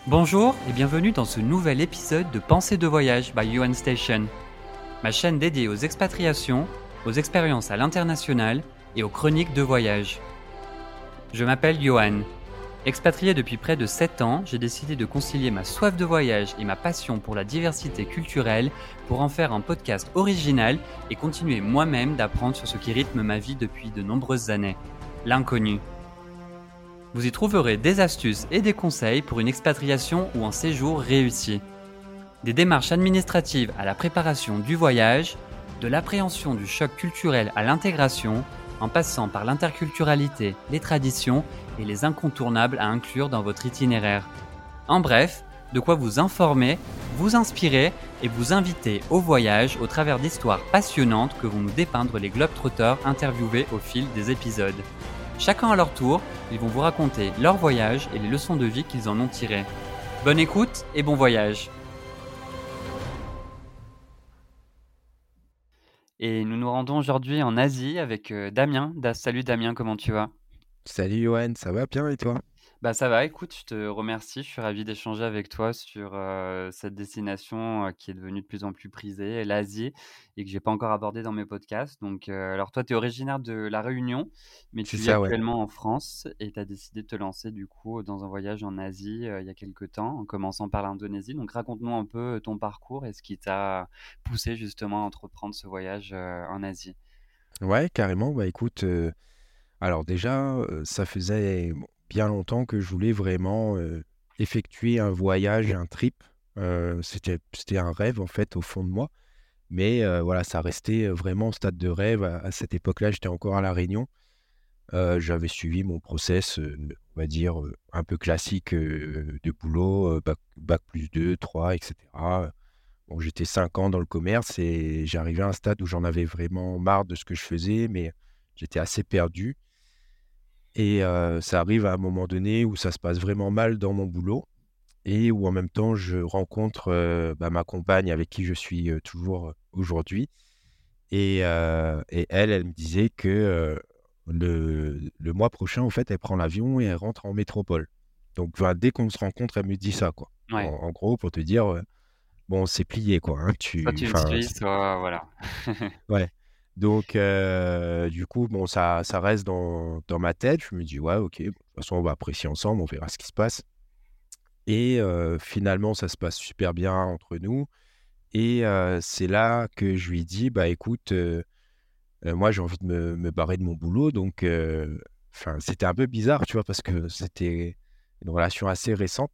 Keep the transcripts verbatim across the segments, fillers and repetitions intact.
Bonjour et bienvenue dans ce nouvel épisode de Pensée de voyage by Yuan Station, ma chaîne dédiée aux expatriations, aux expériences à l'international et aux chroniques de voyage. Je m'appelle Johan. Expatrié depuis près de sept ans, j'ai décidé de concilier ma soif de voyage et ma passion pour la diversité culturelle pour en faire un podcast original et continuer moi-même d'apprendre sur ce qui rythme ma vie depuis de nombreuses années, l'inconnu. Vous y trouverez des astuces et des conseils pour une expatriation ou un séjour réussi. Des démarches administratives à la préparation du voyage, de l'appréhension du choc culturel à l'intégration, en passant par l'interculturalité, les traditions et les incontournables à inclure dans votre itinéraire. En bref, de quoi vous informer, vous inspirer et vous inviter au voyage au travers d'histoires passionnantes que vont nous dépeindre les globetrotters interviewés au fil des épisodes. Chacun à leur tour, ils vont vous raconter leur voyage et les leçons de vie qu'ils en ont tirées. Bonne écoute et bon voyage! Et nous nous rendons aujourd'hui en Asie avec euh, Damien. Da- Salut Damien, comment tu vas? Salut Johan, ça va bien et toi? Bah ça va, écoute, je te remercie. Je suis ravi d'échanger avec toi sur euh, cette destination euh, qui est devenue de plus en plus prisée, l'Asie, et que j'ai pas encore abordée dans mes podcasts. Donc, euh, alors toi, tu es originaire de La Réunion, mais C'est tu vis ça, ouais. actuellement en France et tu as décidé de te lancer du coup dans un voyage en Asie euh, il y a quelques temps, en commençant par l'Indonésie. Donc raconte-nous un peu ton parcours et ce qui t'a poussé justement à entreprendre ce voyage euh, en Asie. Ouais, carrément. Bah écoute, euh, alors déjà, euh, ça faisait bon, bien longtemps que je voulais vraiment euh, effectuer un voyage, un trip. Euh, c'était, c'était un rêve en fait au fond de moi. Mais euh, voilà, ça restait vraiment au stade de rêve. À, à cette époque-là, j'étais encore à La Réunion. Euh, j'avais suivi mon process, euh, on va dire, euh, un peu classique euh, de boulot, euh, bac, bac plus deux, trois, et cetera. Bon, j'étais cinq ans dans le commerce et j'arrivais à un stade où j'en avais vraiment marre de ce que je faisais, mais j'étais assez perdu et heu, ça arrive à un moment donné où ça se passe vraiment mal dans mon boulot et où en même temps je rencontre, heu, bah, ma compagne avec qui je suis, heu, toujours, heu, aujourd'hui et heu et elle, elle me disait que, heu, le le mois prochain, en fait, elle prend l'avion et elle rentre en métropole. Donc enfin, dès qu'on se rencontre, elle me dit ça, quoi. En Ouais, en gros, pour te dire, heu, bon, c'est plié, quoi, hein. soit Tu tu me enfin, suis, soit voilà. Ouais, donc heu, du coup, bon, ça ça reste dans dans ma tête. Je me dis: «Ouais, OK, bon, de toute façon, on va apprécier ensemble, on verra ce qui se passe» et heu, finalement, ça se passe super bien entre nous et heu, c'est là que je lui dis: «Bah, écoute, heu heu, moi, j'ai envie de me me barrer de mon boulot», donc heu, enfin, c'était un peu bizarre, tu vois? Parce que c'était une relation assez récente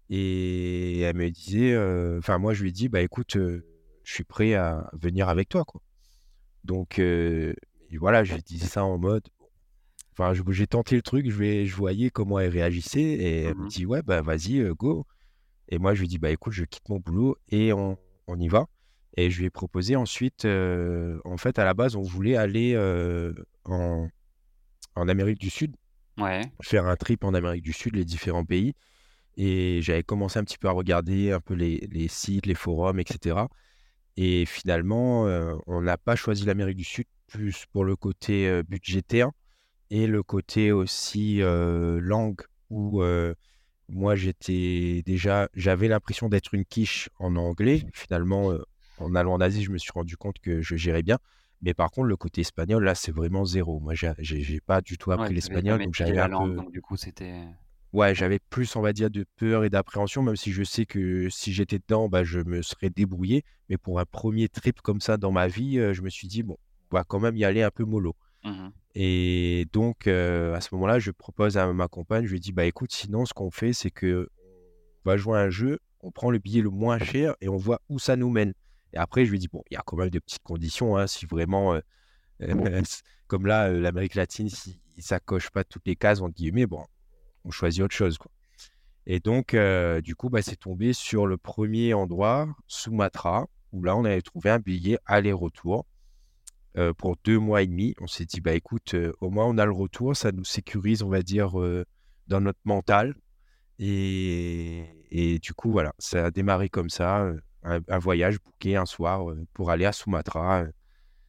et elle me disait, heu enfin, moi, je lui ai dit: «Bah, écoute, heu, je suis prêt à venir avec toi, quoi». Donc heu et voilà, je lui dis ça en mode enfin, je j'ai tenté le truc, je vais je voyais comment elle réagissait et elle me Mhm. dit: «Ouais, bah, vas-y, heu, go» et moi, je lui dis: «Bah, écoute, je quitte mon boulot et on on y va» et je lui ai proposé ensuite, heu, en fait, à la base, on voulait aller, heu, en en Amérique du Sud, Ouais, faire un trip en Amérique du Sud, les différents pays et j'avais commencé un petit peu à regarder un peu les les sites, les forums et cetera et finalement, heu, on n'a pas choisi l'Amérique du Sud, plus pour le côté, heu, budgétaire et le côté aussi, heu, langue où, heu, moi j'étais déjà j'avais l'impression d'être une quiche en anglais. Finalement, heu, en allant en Asie, je me suis rendu compte que je gérais bien. Mais par contre, le côté espagnol, là, c'est vraiment zéro. Moi, j'ai j'ai j'ai pas du tout ouais, appris tu n'avais l'espagnol, jamais donc étudié j'avais la un langue, peu donc du coup c'était. ouais, j'avais plus, on va dire, de peur et d'appréhension, même si je sais que si j'étais dedans, bah, je me serais débrouillé. Mais pour un premier trip comme ça dans ma vie, heu, je me suis dit: «Bon, on va quand même y aller un peu mollo». Mhm. Et donc, heu, à ce moment-là, je propose à ma compagne, je lui dis: «Bah, écoute, sinon ce qu'on fait, c'est qu'on va jouer à un jeu, on prend le billet le moins cher et on voit où ça nous mène». Et après, je lui dis: «Bon, il y a quand même des petites conditions, hein, si vraiment, heu, comme là, heu, l'Amérique latine, si ça coche pas toutes les cases, entre guillemets, bon, on choisit autre chose, quoi». Et donc, heu, du coup, bah, c'est tombé sur le premier endroit, Sumatra, où là, on avait trouvé un billet aller-retour, heu, pour deux mois et demi. On s'est dit: «Bah, écoute, heu, au moins on a le retour, ça nous sécurise, on va dire, heu, dans notre mental» et et du coup, voilà, ça a démarré comme ça, heu, un un voyage booké un soir, heu, pour aller à Sumatra, heu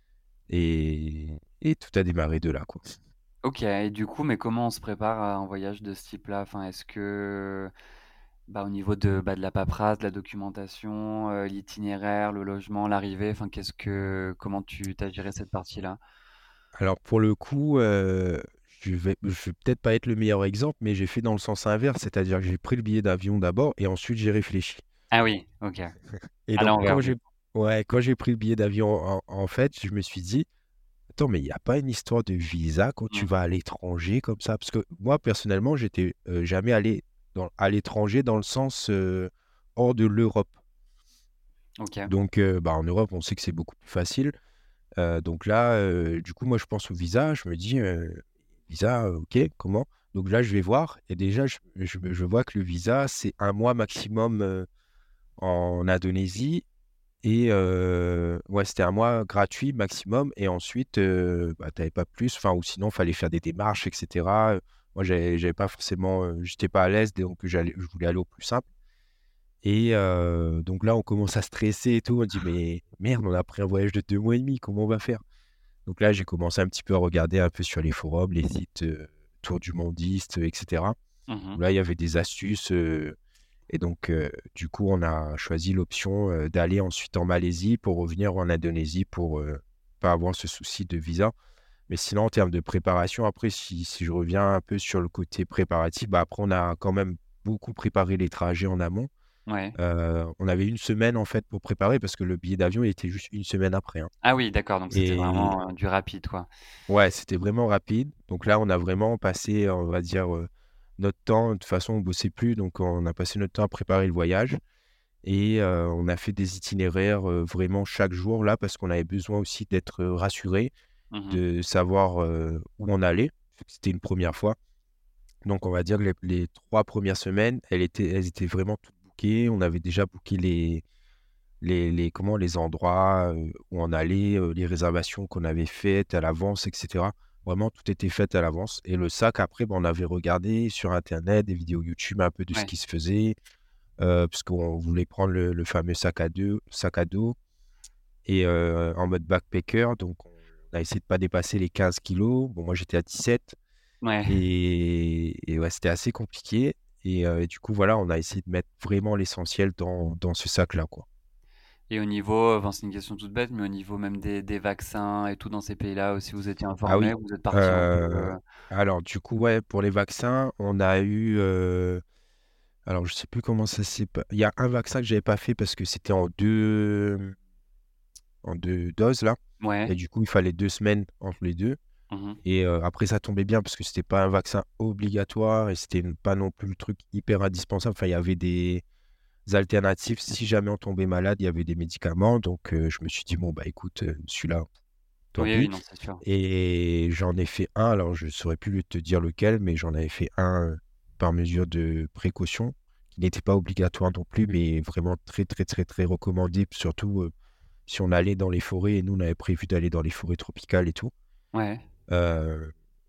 et et tout a démarré de là, quoi. OK et du coup, mais comment on se prépare à un voyage de ce type-là? Enfin, est-ce que Bah, au niveau de, bah, de la paperasse, de la documentation, heu, l'itinéraire, le logement, l'arrivée, enfin qu'est-ce que comment tu tu géré cette partie-là? Alors pour le coup, heu, je vais je vais peut-être pas être le meilleur exemple, mais j'ai fait dans le sens inverse, c'est-à-dire que j'ai pris le billet d'avion d'abord et ensuite j'ai réfléchi. Ah oui, OK. Et À donc l'envers quand du j'ai coup. ouais, quand j'ai pris le billet d'avion, en en fait, je me suis dit: «Attends, mais il y a pas une histoire de visa quand tu Mmh. vas à l'étranger comme ça?» parce que moi personnellement, j'étais, heu, jamais allé dans à l'étranger dans le sens, heu, hors de l'Europe. OK. Donc heu, bah, en Europe, on sait que c'est beaucoup plus facile. Heu, donc là, heu, du coup, moi, je pense au visa, je me dis, heu: «Visa, heu, OK, comment?» donc là, je vais voir et déjà, je je je vois que le visa, c'est un mois maximum, heu, en Indonésie et heu, ouais, c'était un mois gratuit maximum et ensuite, heu, bah, tu avais pas plus, enfin ou sinon, il fallait faire des démarches et cetera. Heu, moi, j'avais j'avais pas forcément, heu, j'étais pas à l'aise donc j'allais je voulais aller au plus simple et heu, donc là, on commence à stresser et tout. On dit: «Mais merde, on a pris un voyage de deux mois et demi, comment on va faire?» Donc là, j'ai commencé un petit peu à regarder un peu sur les forums, les sites, heu, tour du mondiste, heu et cetera. Mmh. Où là, il y avait des astuces, heu et donc heu, du coup, on a choisi l'option, heu, d'aller ensuite en Malaisie pour revenir en Indonésie pour, heu, pas avoir ce souci de visa. Mais sinon, en termes de préparation, après, si si je reviens un peu sur le côté préparatif, bah, après, on a quand même beaucoup préparé les trajets en amont. Ouais. Heu, on avait une semaine, en fait, pour préparer parce que le billet d'avion, il était juste une semaine après, hein Ah oui, d'accord, donc c'était et vraiment, heu, du rapide, quoi. ouais, c'était vraiment rapide. Donc là, on a vraiment passé, on va dire, heu, notre temps. De toute façon, on bossait plus, donc on a passé notre temps à préparer le voyage et heu, on a fait des itinéraires, heu, vraiment chaque jour là, parce qu'on avait besoin aussi d'être, heu, rassurés, Mmh. de savoir, heu, où on allait, vu que c'était une première fois. Donc on va dire que les les trois premières semaines, elles étaient elles étaient vraiment toutes bookées. On avait déjà booké les les les comment? Les endroits, heu, où on allait, heu, les réservations qu'on avait faites à l'avance et cetera. Vraiment tout était fait à l'avance et le sac après, bah, on avait regardé sur internet des vidéos YouTube un peu de ce Ouais. qui se faisait, heu, parce qu'on voulait prendre le le fameux sac à deux sac à dos et heu, en mode backpacker donc on a essayé de pas dépasser les quinze kilos. Bon moi j'étais à dix-sept Ouais. et et ouais, c'était assez compliqué et heu, et du coup voilà, on a essayé de mettre vraiment l'essentiel dans dans ce sac-là, quoi. Et au niveau, enfin, c'est une question toute bête, mais au niveau même des des vaccins et tout dans ces pays-là aussi, vous étiez Ah informés oui, ou vous êtes partis un peu, heu, heu? alors du coup, ouais, pour les vaccins, on a eu, heu, alors je sais plus comment ça s'est pa il y a un vaccin que j'avais pas fait parce que c'était en deux en deux doses là et Ouais. du coup, il fallait deux semaines entre les deux Mmh. et heu, après ça tombait bien parce que c'était pas un vaccin obligatoire et c'était n pas non plus le truc hyper indispensable. Enfin, il y avait des alternatives si jamais on tombait malade, il y avait des médicaments donc heu, je me suis dit: «Bon, bah, écoute, heu, celui-là, tant Oui, oui, pis» non, c'est sûr. et j'en ai fait un, alors je saurais plus le te dire lequel, mais j'en avais fait un, heu, par mesure de précaution, qui n'était pas obligatoire non plus, mais vraiment très, très, très, très recommandé, surtout, heu, si on allait dans les forêts et nous, on avait prévu d'aller dans les forêts tropicales et tout. Ouais. Heu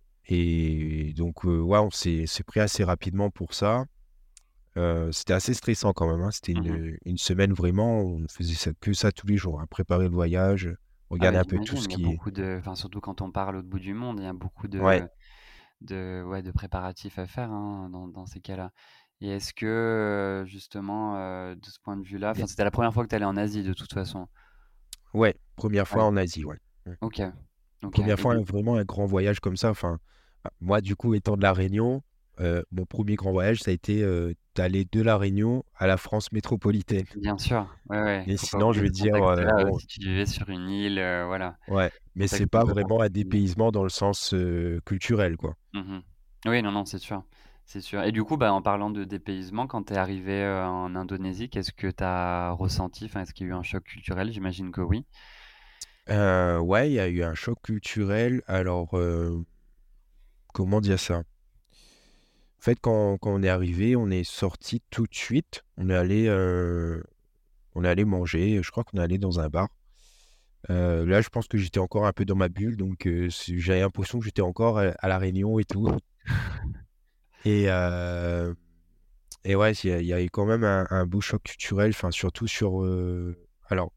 et donc heu, ouais, on s'est s'est pris assez rapidement pour ça. Heu, c'était assez stressant quand même, hein. C'était Mmh. une, une semaine vraiment où on faisait ça que ça tous les jours, hein, préparer le voyage, Ah regarder ouais, un peu tout j'imagine, ce il y a qui est beaucoup de, enfin, surtout quand on part à l'autre bout du monde, il y a beaucoup ouais. de de ouais, de préparatifs à faire, hein, dans dans ces cas-là. Et est-ce que, heu, justement, heu, de ce point de vue-là, enfin, c'était la première fois que tu allais en Asie de toute façon? Ouais, première fois Ouais. en Asie, ouais. Mmh. OK. OK première et fois, du un vraiment un grand voyage comme ça, enfin, bah, moi, du coup, étant de La Réunion, heu, mon premier grand voyage, ça a été, heu, d'aller de La Réunion à la France métropolitaine. bien sûr, ouais, ouais, Et faut pas sinon, je oublier vais ce dire, heu, contexte-là bon aussi. Tu vivais sur une île, heu, voilà, ouais, mais c'est contexte un pas peu vraiment un particulier. dépaysement dans le sens, heu, culturel, quoi. Mmh. Oui, non, non, c'est sûr, c'est sûr. Et du coup, bah, en parlant de dépaysement, quand tu es arrivé, heu, en Indonésie, qu'est-ce que tu as ressenti? Enfin, est-ce qu'il y a eu un choc culturel? J'imagine que oui. Heu, ouais, il y a eu un choc culturel. Alors, heu, comment dire ça? En fait, quand quand on est arrivé, on est sorti tout de suite. On est allé, heu, on est allé manger, je crois qu'on est allé dans un bar. Heu, là, je pense que j'étais encore un peu dans ma bulle, donc heu, c'est j'avais l'impression que j'étais encore à à La Réunion et tout et heu et ouais, il y a il y avait quand même un un beau choc culturel, enfin, surtout sur, heu alors,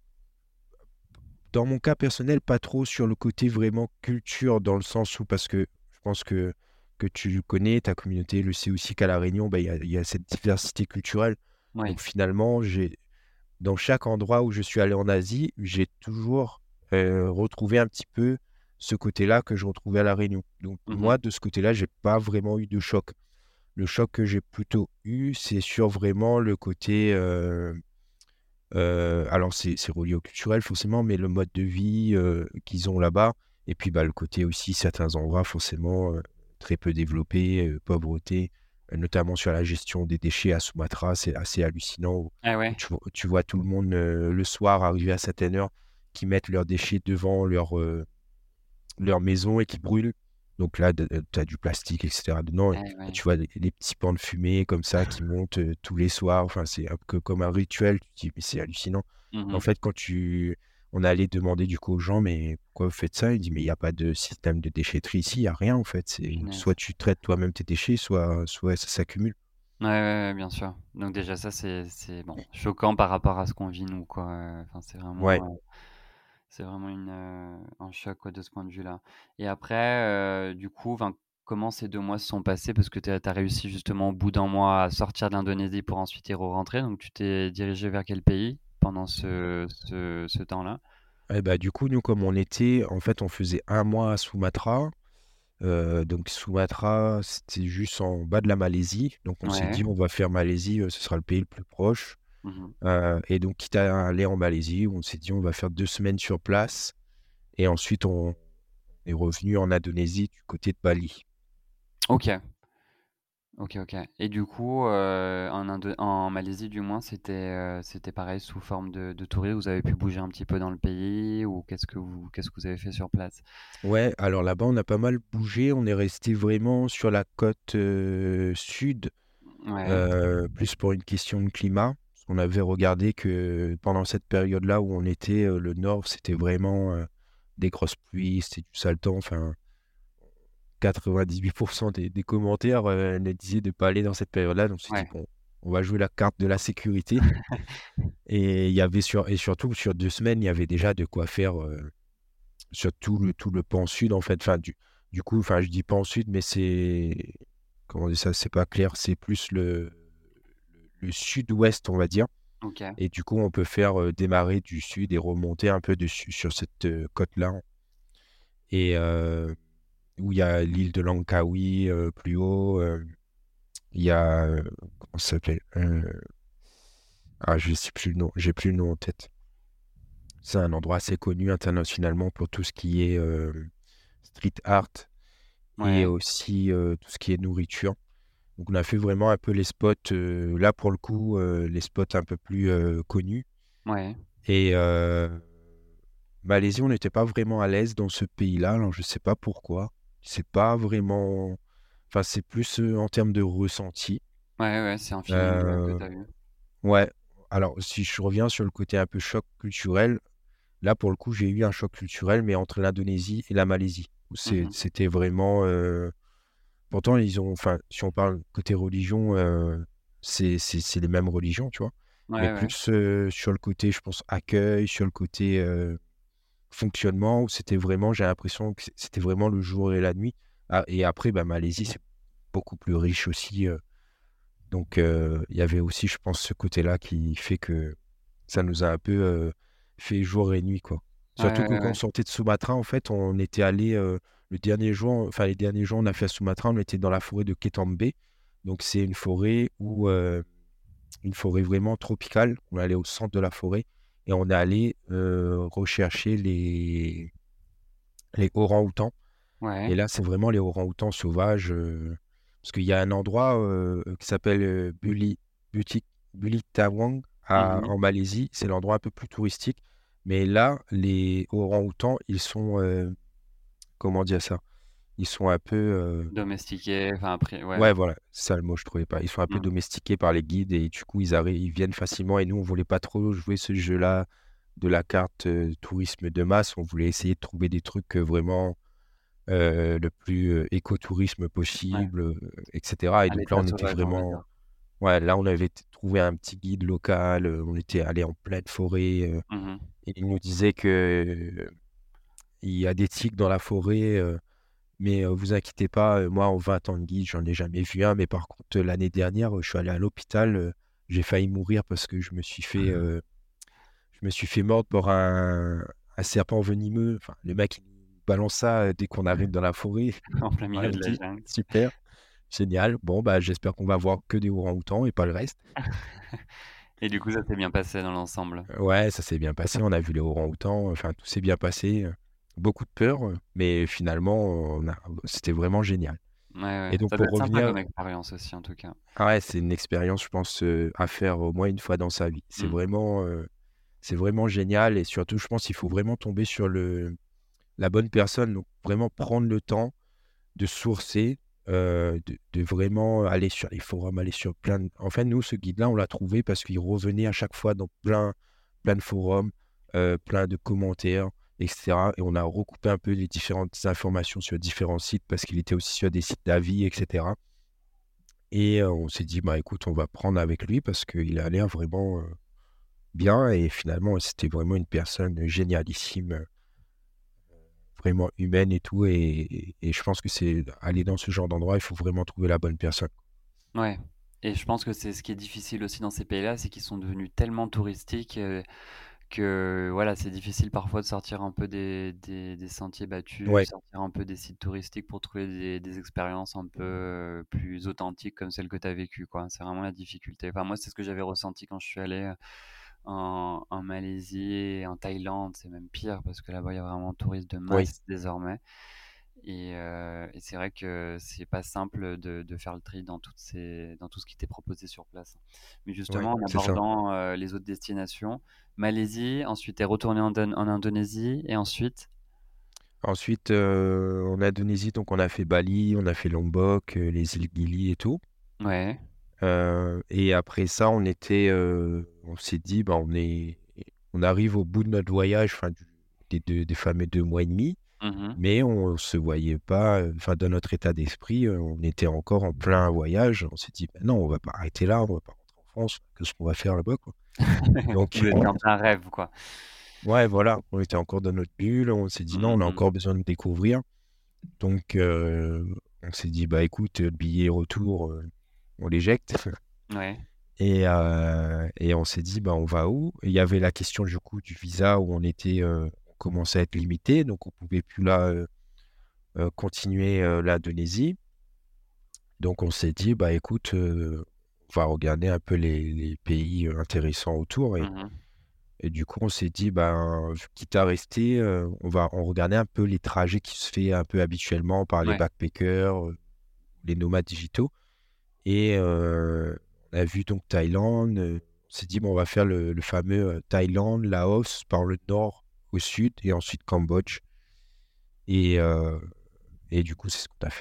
dans mon cas personnel, pas trop sur le côté vraiment culture, dans le sens où parce que je pense que que tu connais, ta communauté le sait aussi qu'à La Réunion, bah, il y a, il y a cette diversité culturelle. Oui. Donc finalement, j'ai, dans chaque endroit où je suis allé en Asie, j'ai toujours euh, retrouvé un petit peu ce côté-là que je retrouvais à La Réunion. Donc Mmh. moi, de ce côté-là, j'ai pas vraiment eu de choc. Le choc que j'ai plutôt eu, c'est sur vraiment le côté. euh, euh, alors, c'est c'est relié au culturel, forcément, mais le mode de vie euh, qu'ils ont là-bas. Et puis, bah, le côté aussi, certains endroits, forcément, euh, très peu développés, euh, pauvreté, euh, notamment sur la gestion des déchets à Sumatra. C'est assez hallucinant où, Ah où ouais. tu, vois tu vois tout le monde euh, le soir arriver à certaines heures qui mettent leurs déchets devant leur, euh, leur maison et qui brûlent. Donc là, tu as du plastique, et cetera dedans. Et Eh ouais. tu vois des, des petits pans de fumée comme ça qui montent euh, tous les soirs. Enfin, c'est un peu comme un rituel. Tu te dis, mais c'est hallucinant. En Mmh. fait, quand tu... on allait demander du coup aux gens, mais pourquoi vous faites ça? Ils disent, mais il n'y a pas de système de déchetterie ici, il n'y a rien en fait. C'est soit Punaise. tu traites toi-même tes déchets, soit, soit ça s'accumule. Ouais, ouais, ouais, bien sûr. Donc déjà ça, c'est c'est bon, choquant par rapport à ce qu'on vit nous, quoi, heu, enfin, c'est Ouais. vraiment, heu, c'est vraiment une, heu, un choc, quoi, de ce point de vue-là. Et après, heu, du coup, enfin, comment ces deux mois se sont passés? Parce que tu as réussi justement au bout d'un mois à sortir de l'Indonésie pour ensuite y re-rentrer, donc tu t'es dirigé vers quel pays pendant ce ce ce temps-là? Et bah, du coup, nous, comme on était, en fait, on faisait un mois à Sumatra. Euh, donc Sumatra, c'était juste en bas de la Malaisie. Donc on s'est Ouais. dit, on va faire Malaisie, euh, ce sera le pays le plus proche. Mmh. Euh, et donc, quitte à aller en Malaisie, on s'est dit, on va faire deux semaines sur place. Et ensuite, on est revenu en Indonésie du côté de Bali. OK. OK, OK. Et du coup, heu, en Indo en Malaisie du moins, c'était, heu, c'était pareil sous forme de de tourisme? Vous avez pu bouger un petit peu dans le pays ou qu'est-ce que vous qu'est-ce que vous avez fait sur place? Ouais, alors là-bas, on a pas mal bougé. On est resté vraiment sur la côte euh, sud, Ouais, euh, plus pour une question de climat. Parce qu'on avait regardé que pendant cette période-là où on était, euh, le nord, c'était vraiment euh, des grosses pluies, c'était du sale temps. Enfin, quatre-vingt-dix-huit pour cent des, des commentaires euh, ne disaient de ne pas aller dans cette période-là. Donc, on s'est dit, ouais. bon, on va jouer la carte de la sécurité. Et il y avait sur, et surtout, sur deux semaines, il y avait déjà de quoi faire euh, sur tout le, tout le pan sud, en fait. Enfin, du, du coup, enfin, je dis pan sud, mais c'est, comment on dit ça, c'est pas clair, c'est plus le, le sud-ouest, on va dire. OK. Et du coup, on peut faire euh, démarrer du sud et remonter un peu dessus sur cette euh, côte-là. Et euh, où il y a l'île de Langkawi euh, plus haut. euh, Il y a, euh, comment ça s'appelle? Euh, ah, je sais plus le nom, j'ai plus le nom en tête. C'est un endroit assez connu internationalement pour tout ce qui est euh, street art et Ouais, aussi euh, tout ce qui est nourriture. Donc on a fait vraiment un peu les spots, euh, là pour le coup, euh, les spots un peu plus euh, connus. ouais, Et euh, Malaisie, on n'était pas vraiment à l'aise dans ce pays-là, alors je sais pas pourquoi. C'est pas vraiment... Enfin, c'est plus euh, en termes de ressenti. ouais, ouais, c'est un feeling, heu, que Euh, tu as eu? ouais, alors si je reviens sur le côté un peu choc culturel, là pour le coup, j'ai eu un choc culturel, mais entre l'Indonésie et la Malaisie. Où c'est- Mmh. C'était vraiment... euh, Pourtant, ils ont... Enfin, si on parle côté religion, euh, c'est c'est- c'est les mêmes religions, tu vois. Mais Ouais, ouais. plus euh, sur le côté, je pense, accueil, sur le côté... euh, fonctionnement où c'était vraiment, j'ai l'impression que c'était vraiment le jour et la nuit. Ah, et après, bah, Malaisie, c'est beaucoup plus riche aussi. euh. donc, euh, il y avait aussi, je pense, ce côté-là qui fait que ça nous a un peu euh, fait jour et nuit, quoi. Ouais, Surtout que ouais, quand on ouais. sortait de Sumatra, en fait, on était allé euh, le dernier jour, enfin, les derniers jours, on a fait à Sumatra, on était dans la forêt de Ketambe. Donc, c'est une forêt où, euh, une forêt vraiment tropicale. On est allé au centre de la forêt et on est allé euh, rechercher les les orang-outans. Ouais. Et là, c'est vraiment les orang-outans sauvages. euh, parce qu'il y a un endroit euh, qui s'appelle euh, Buli, Butik, Bulitawang à- Mmh. en Malaisie. C'est l'endroit un peu plus touristique. Mais là, les orang-outans, ils sont. euh, comment dire ça? Ils sont un peu. euh, Domestiqué, enfin après ouais. ouais, voilà, c'est ça le mot, je trouvais pas. Ils sont un peu Mmh. domestiqués par les guides et du coup, ils, arrivent, ils viennent facilement. Et nous, on voulait pas trop jouer ce jeu-là de la carte euh, tourisme de masse. On voulait essayer de trouver des trucs euh, vraiment euh, le plus euh, écotourisme Ouais, possible, euh, et cetera. Et à donc là, l'état on était sauvage, on va vraiment, dire. ouais, là, on avait t- trouvé un petit guide local, euh, on était allé en pleine forêt, euh, Mmh. et il nous disait que euh, il y a des tigres dans la forêt, euh, Mais heu, vous inquiétez pas, heu, moi en vingt ans de guide, j'en ai jamais vu un. Mais par contre, heu, l'année dernière, heu, je suis allé à l'hôpital, heu, j'ai failli mourir parce que je me suis fait, heu, je me suis fait mordre par un un serpent venimeux. Enfin, le mec, il nous balance ça, heu, dès qu'on arrive dans la forêt. En plein On milieu a de la dit: jungle. «Super, génial, bon, bah, j'espère qu'on va voir que des orang-outans et pas le reste». Et du coup, ça s'est bien passé dans l'ensemble? Ouais, ça s'est bien passé, on a vu les orang-outans, enfin tout s'est bien passé, heu, beaucoup de peur, heu, mais finalement, on a c'était vraiment génial. Ouais, ouais, Et donc ça doit pour être sympa revenir comme expérience aussi, en tout cas. ah ouais, c'est une expérience, je pense, heu, à faire au moins une fois dans sa vie. C'est Mmh. vraiment, heu, c'est vraiment génial et surtout, je pense qu'il faut vraiment tomber sur le la bonne personne, donc vraiment prendre le temps de sourcer, heu, de de vraiment aller sur les forums, aller sur plein de en fait, nous, ce guide-là, on l'a trouvé parce qu'il revenait à chaque fois dans plein plein de forums, heu, plein de commentaires et cetera et on a recoupé un peu les différentes informations sur différents sites parce qu'il était aussi sur des sites d'avis et cetera et heu, on s'est dit: «Bah, écoute, on va prendre avec lui parce qu'il a l'air vraiment, heu, bien» et finalement, c'était vraiment une personne génialissime, heu, vraiment humaine et tout et et je pense que c'est aller dans ce genre d'endroit, il faut vraiment trouver la bonne personne. Ouais, et je pense que c'est ce qui est difficile aussi dans ces pays-là, c'est qu'ils sont devenus tellement touristiques, heu, que voilà, c'est difficile parfois de sortir un peu des des des sentiers battus, Ouais, sortir un peu des sites touristiques pour trouver des des expériences un peu, heu, plus authentiques comme celles que tu as vécues, quoi. C'est vraiment la difficulté. Enfin, moi, c'est ce que j'avais ressenti quand je suis allé, heu, en en Malaisie et en Thaïlande. C'est même pire parce que là-bas, il y a vraiment touristes de oui, masse désormais. Et heu et c'est vrai que c'est pas simple de de faire le tri dans toutes ces dans tout ce qui t'est proposé sur place. Mais ouais, justement, en c'est ça. abordant, heu, les autres destinations, Malaisie, ensuite tu es retourné en Don en Indonésie et ensuite? Ensuite, heu, en Indonésie, donc on a fait Bali, on a fait Lombok, heu, les îles Gili et tout, Ouais. heu et après ça, on était, heu, on s'est dit: «Bah, on est on arrive au bout de notre voyage», enfin du des deux des fameux deux mois et demi, Mmh. mais on se voyait pas, heu, enfin dans notre état d'esprit, heu, on était encore en plein voyage. On s'est dit: «Bah, non, on va pas arrêter là, on va pas rentrer en France, qu'est-ce qu'on va faire là-bas, quoi?» Donc Vous étiez en plein rêve, quoi. ouais, voilà, on était encore dans notre bulle, on s'est dit: «Non, Mmh on a mh. encore besoin de découvrir». Donc, heu, on s'est dit: «Bah, écoute, le billet retour, heu, on l'éjecte» Ouais. et heu et on s'est dit: «Bah, on va où?» Et il y avait la question du coup du visa où on était, heu, on commençait à être limité, donc on pouvait plus là, heu heu, continuer, heu, l'Indonésie. Donc on s'est dit: «Bah, écoute, heu, on va regarder un peu les les pays, heu, intéressants autour» et Mmh. et du coup, on s'est dit: «Ben, quitte à rester, heu, on va on regardait un peu les trajets qui se fait un peu habituellement par les Ouais. backpackers, heu, les nomades digitaux». Et heu, on a vu donc Thaïlande, heu, on s'est dit: «Bon, on va faire le le fameux, heu, Thaïlande, Laos par le nord au sud et ensuite Cambodge» et heu et du coup, c'est ce qu'on a fait.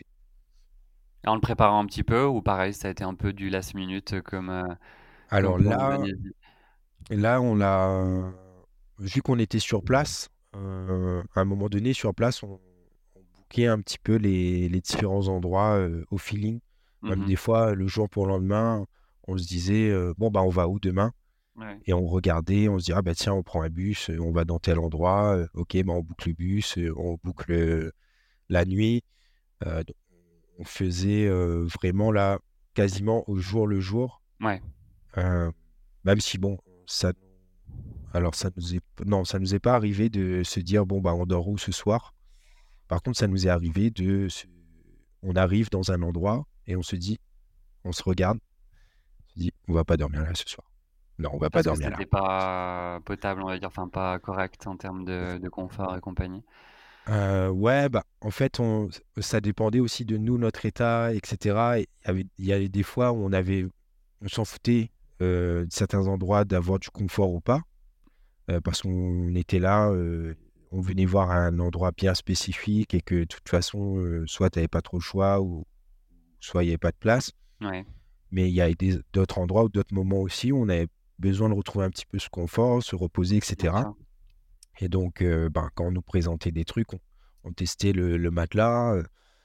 En le préparant un petit peu ou pareil, ça a été un peu du last minute, heu, comme, heu, comme Alors pour là l'Indonésie? là, on a vu qu'on était sur place, heu, à un moment donné, sur place, on on bookait un petit peu les les différents endroits, heu, au feeling. Même Mmh. des fois, le jour pour le lendemain, on se disait, heu: «Bon, bah, on va où demain?» Ouais. Et on regardait, on se dit: «Ah bah tiens, on prend un bus, heu, on va dans tel endroit, heu, OK, bah, on boucle le bus, heu, on boucle, heu, la nuit». Heu, donc on faisait, heu, vraiment là, quasiment au jour le jour, Ouais. heu, même si bon, ça alors ça nous est non, ça nous est pas arrivé de se dire: «Bon, bah, on dort où ce soir?» Par contre, ça nous est arrivé de se on arrive dans un endroit et on se dit on se regarde, on se dit: «On va pas dormir là ce soir. Non, on va pas Parce que dormir là». c'était pas potable, on va dire, enfin pas correct en termes de de confort et compagnie? Heu, ouais, bah, en fait, on ça dépendait aussi de nous, notre état et cetera et il y avait il y avait des fois où on avait on s'en foutait, heu, de certains endroits d'avoir du confort ou pas, heu, parce qu'on était là, heu, on venait voir un endroit bien spécifique et que de toute façon, heu, soit tu avais pas trop le choix ou soit il y avait pas de place. Ouais, Mais il y a des d'autres endroits ou d'autres moments aussi où on avait besoin de retrouver un petit peu ce confort, se reposer et bien cetera sûr. et donc heu, ben, quand on nous présentait des trucs, on on testait le le matelas,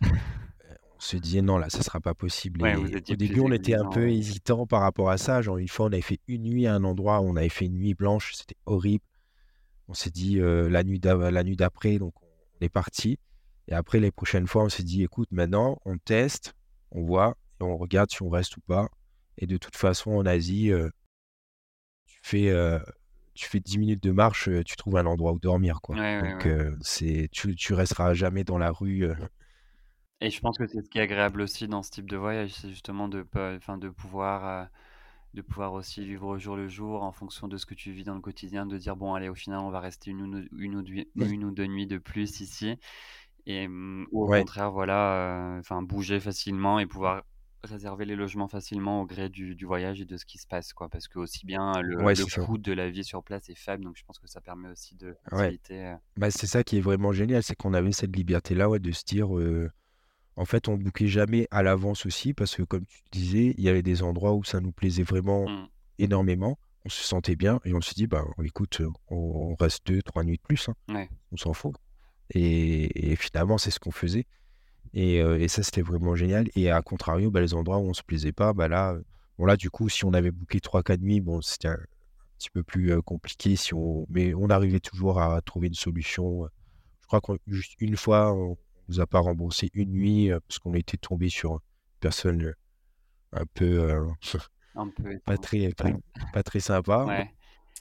on se disait: «Non, là, ça sera pas possible» Ouais, vous et au étiez début, plus on était un exigeant, peu ouais. hésitant par rapport à ça. Genre, une fois, on avait fait une nuit à un endroit où on avait fait une nuit blanche, c'était horrible. On s'est dit, heu, la nuit d'av la nuit d'après, donc on est parti Et après, les prochaines fois, on s'est dit, écoute, maintenant, on teste, on voit, et on regarde si on reste ou pas. Et de toute façon, en Asie, euh, tu fais, euh, tu fais dix minutes de marche, euh, tu trouves un endroit où dormir, Ouais, quoi. ouais, Donc, ouais. euh, c'est, tu, tu resteras jamais dans la rue. euh. Et je pense que c'est ce qui est agréable aussi dans ce type de voyage, c'est justement de pas enfin de pouvoir, heu, de pouvoir aussi vivre au jour le jour en fonction de ce que tu vis dans le quotidien, de dire: «Bon allez, au final, on va rester une ou nou une ou dui Ouais, une ou deux nuits de plus ici» et mmh, ou au ouais, contraire, voilà, heu, enfin bouger facilement et pouvoir réserver les logements facilement au gré du du voyage et de ce qui se passe, quoi. Parce que aussi bien le ouais, le c'est ça. coût de la vie sur place est faible, donc je pense que ça permet aussi de Ouais. faciliter, heu Bah, c'est ça qui est vraiment génial, c'est qu'on avait cette liberté-là, ouais, de se dire, euh, en fait, on bookait jamais à l'avance aussi, parce que comme tu disais, il y avait des endroits où ça nous plaisait vraiment mmh, énormément. On se sentait bien et on se dit, bah, écoute, euh, on, on reste deux, trois nuits de plus, hein, ouais. on s'en fout. Et, et finalement, c'est ce qu'on faisait. Et, euh, et ça, c'était vraiment génial. Et à contrario, bah, les endroits où on se plaisait pas, bah là, euh, bon là, du coup, si on avait booké trois, quatre nuits, bon, c'était un petit peu plus euh, compliqué, si on... mais on arrivait toujours à trouver une solution. Je crois qu'on juste une fois, on nous a pas remboursé une nuit euh, parce qu'on était tombé sur une personne euh, un peu euh, Un peu pas étrange. très, très- pas très sympa. Ouais.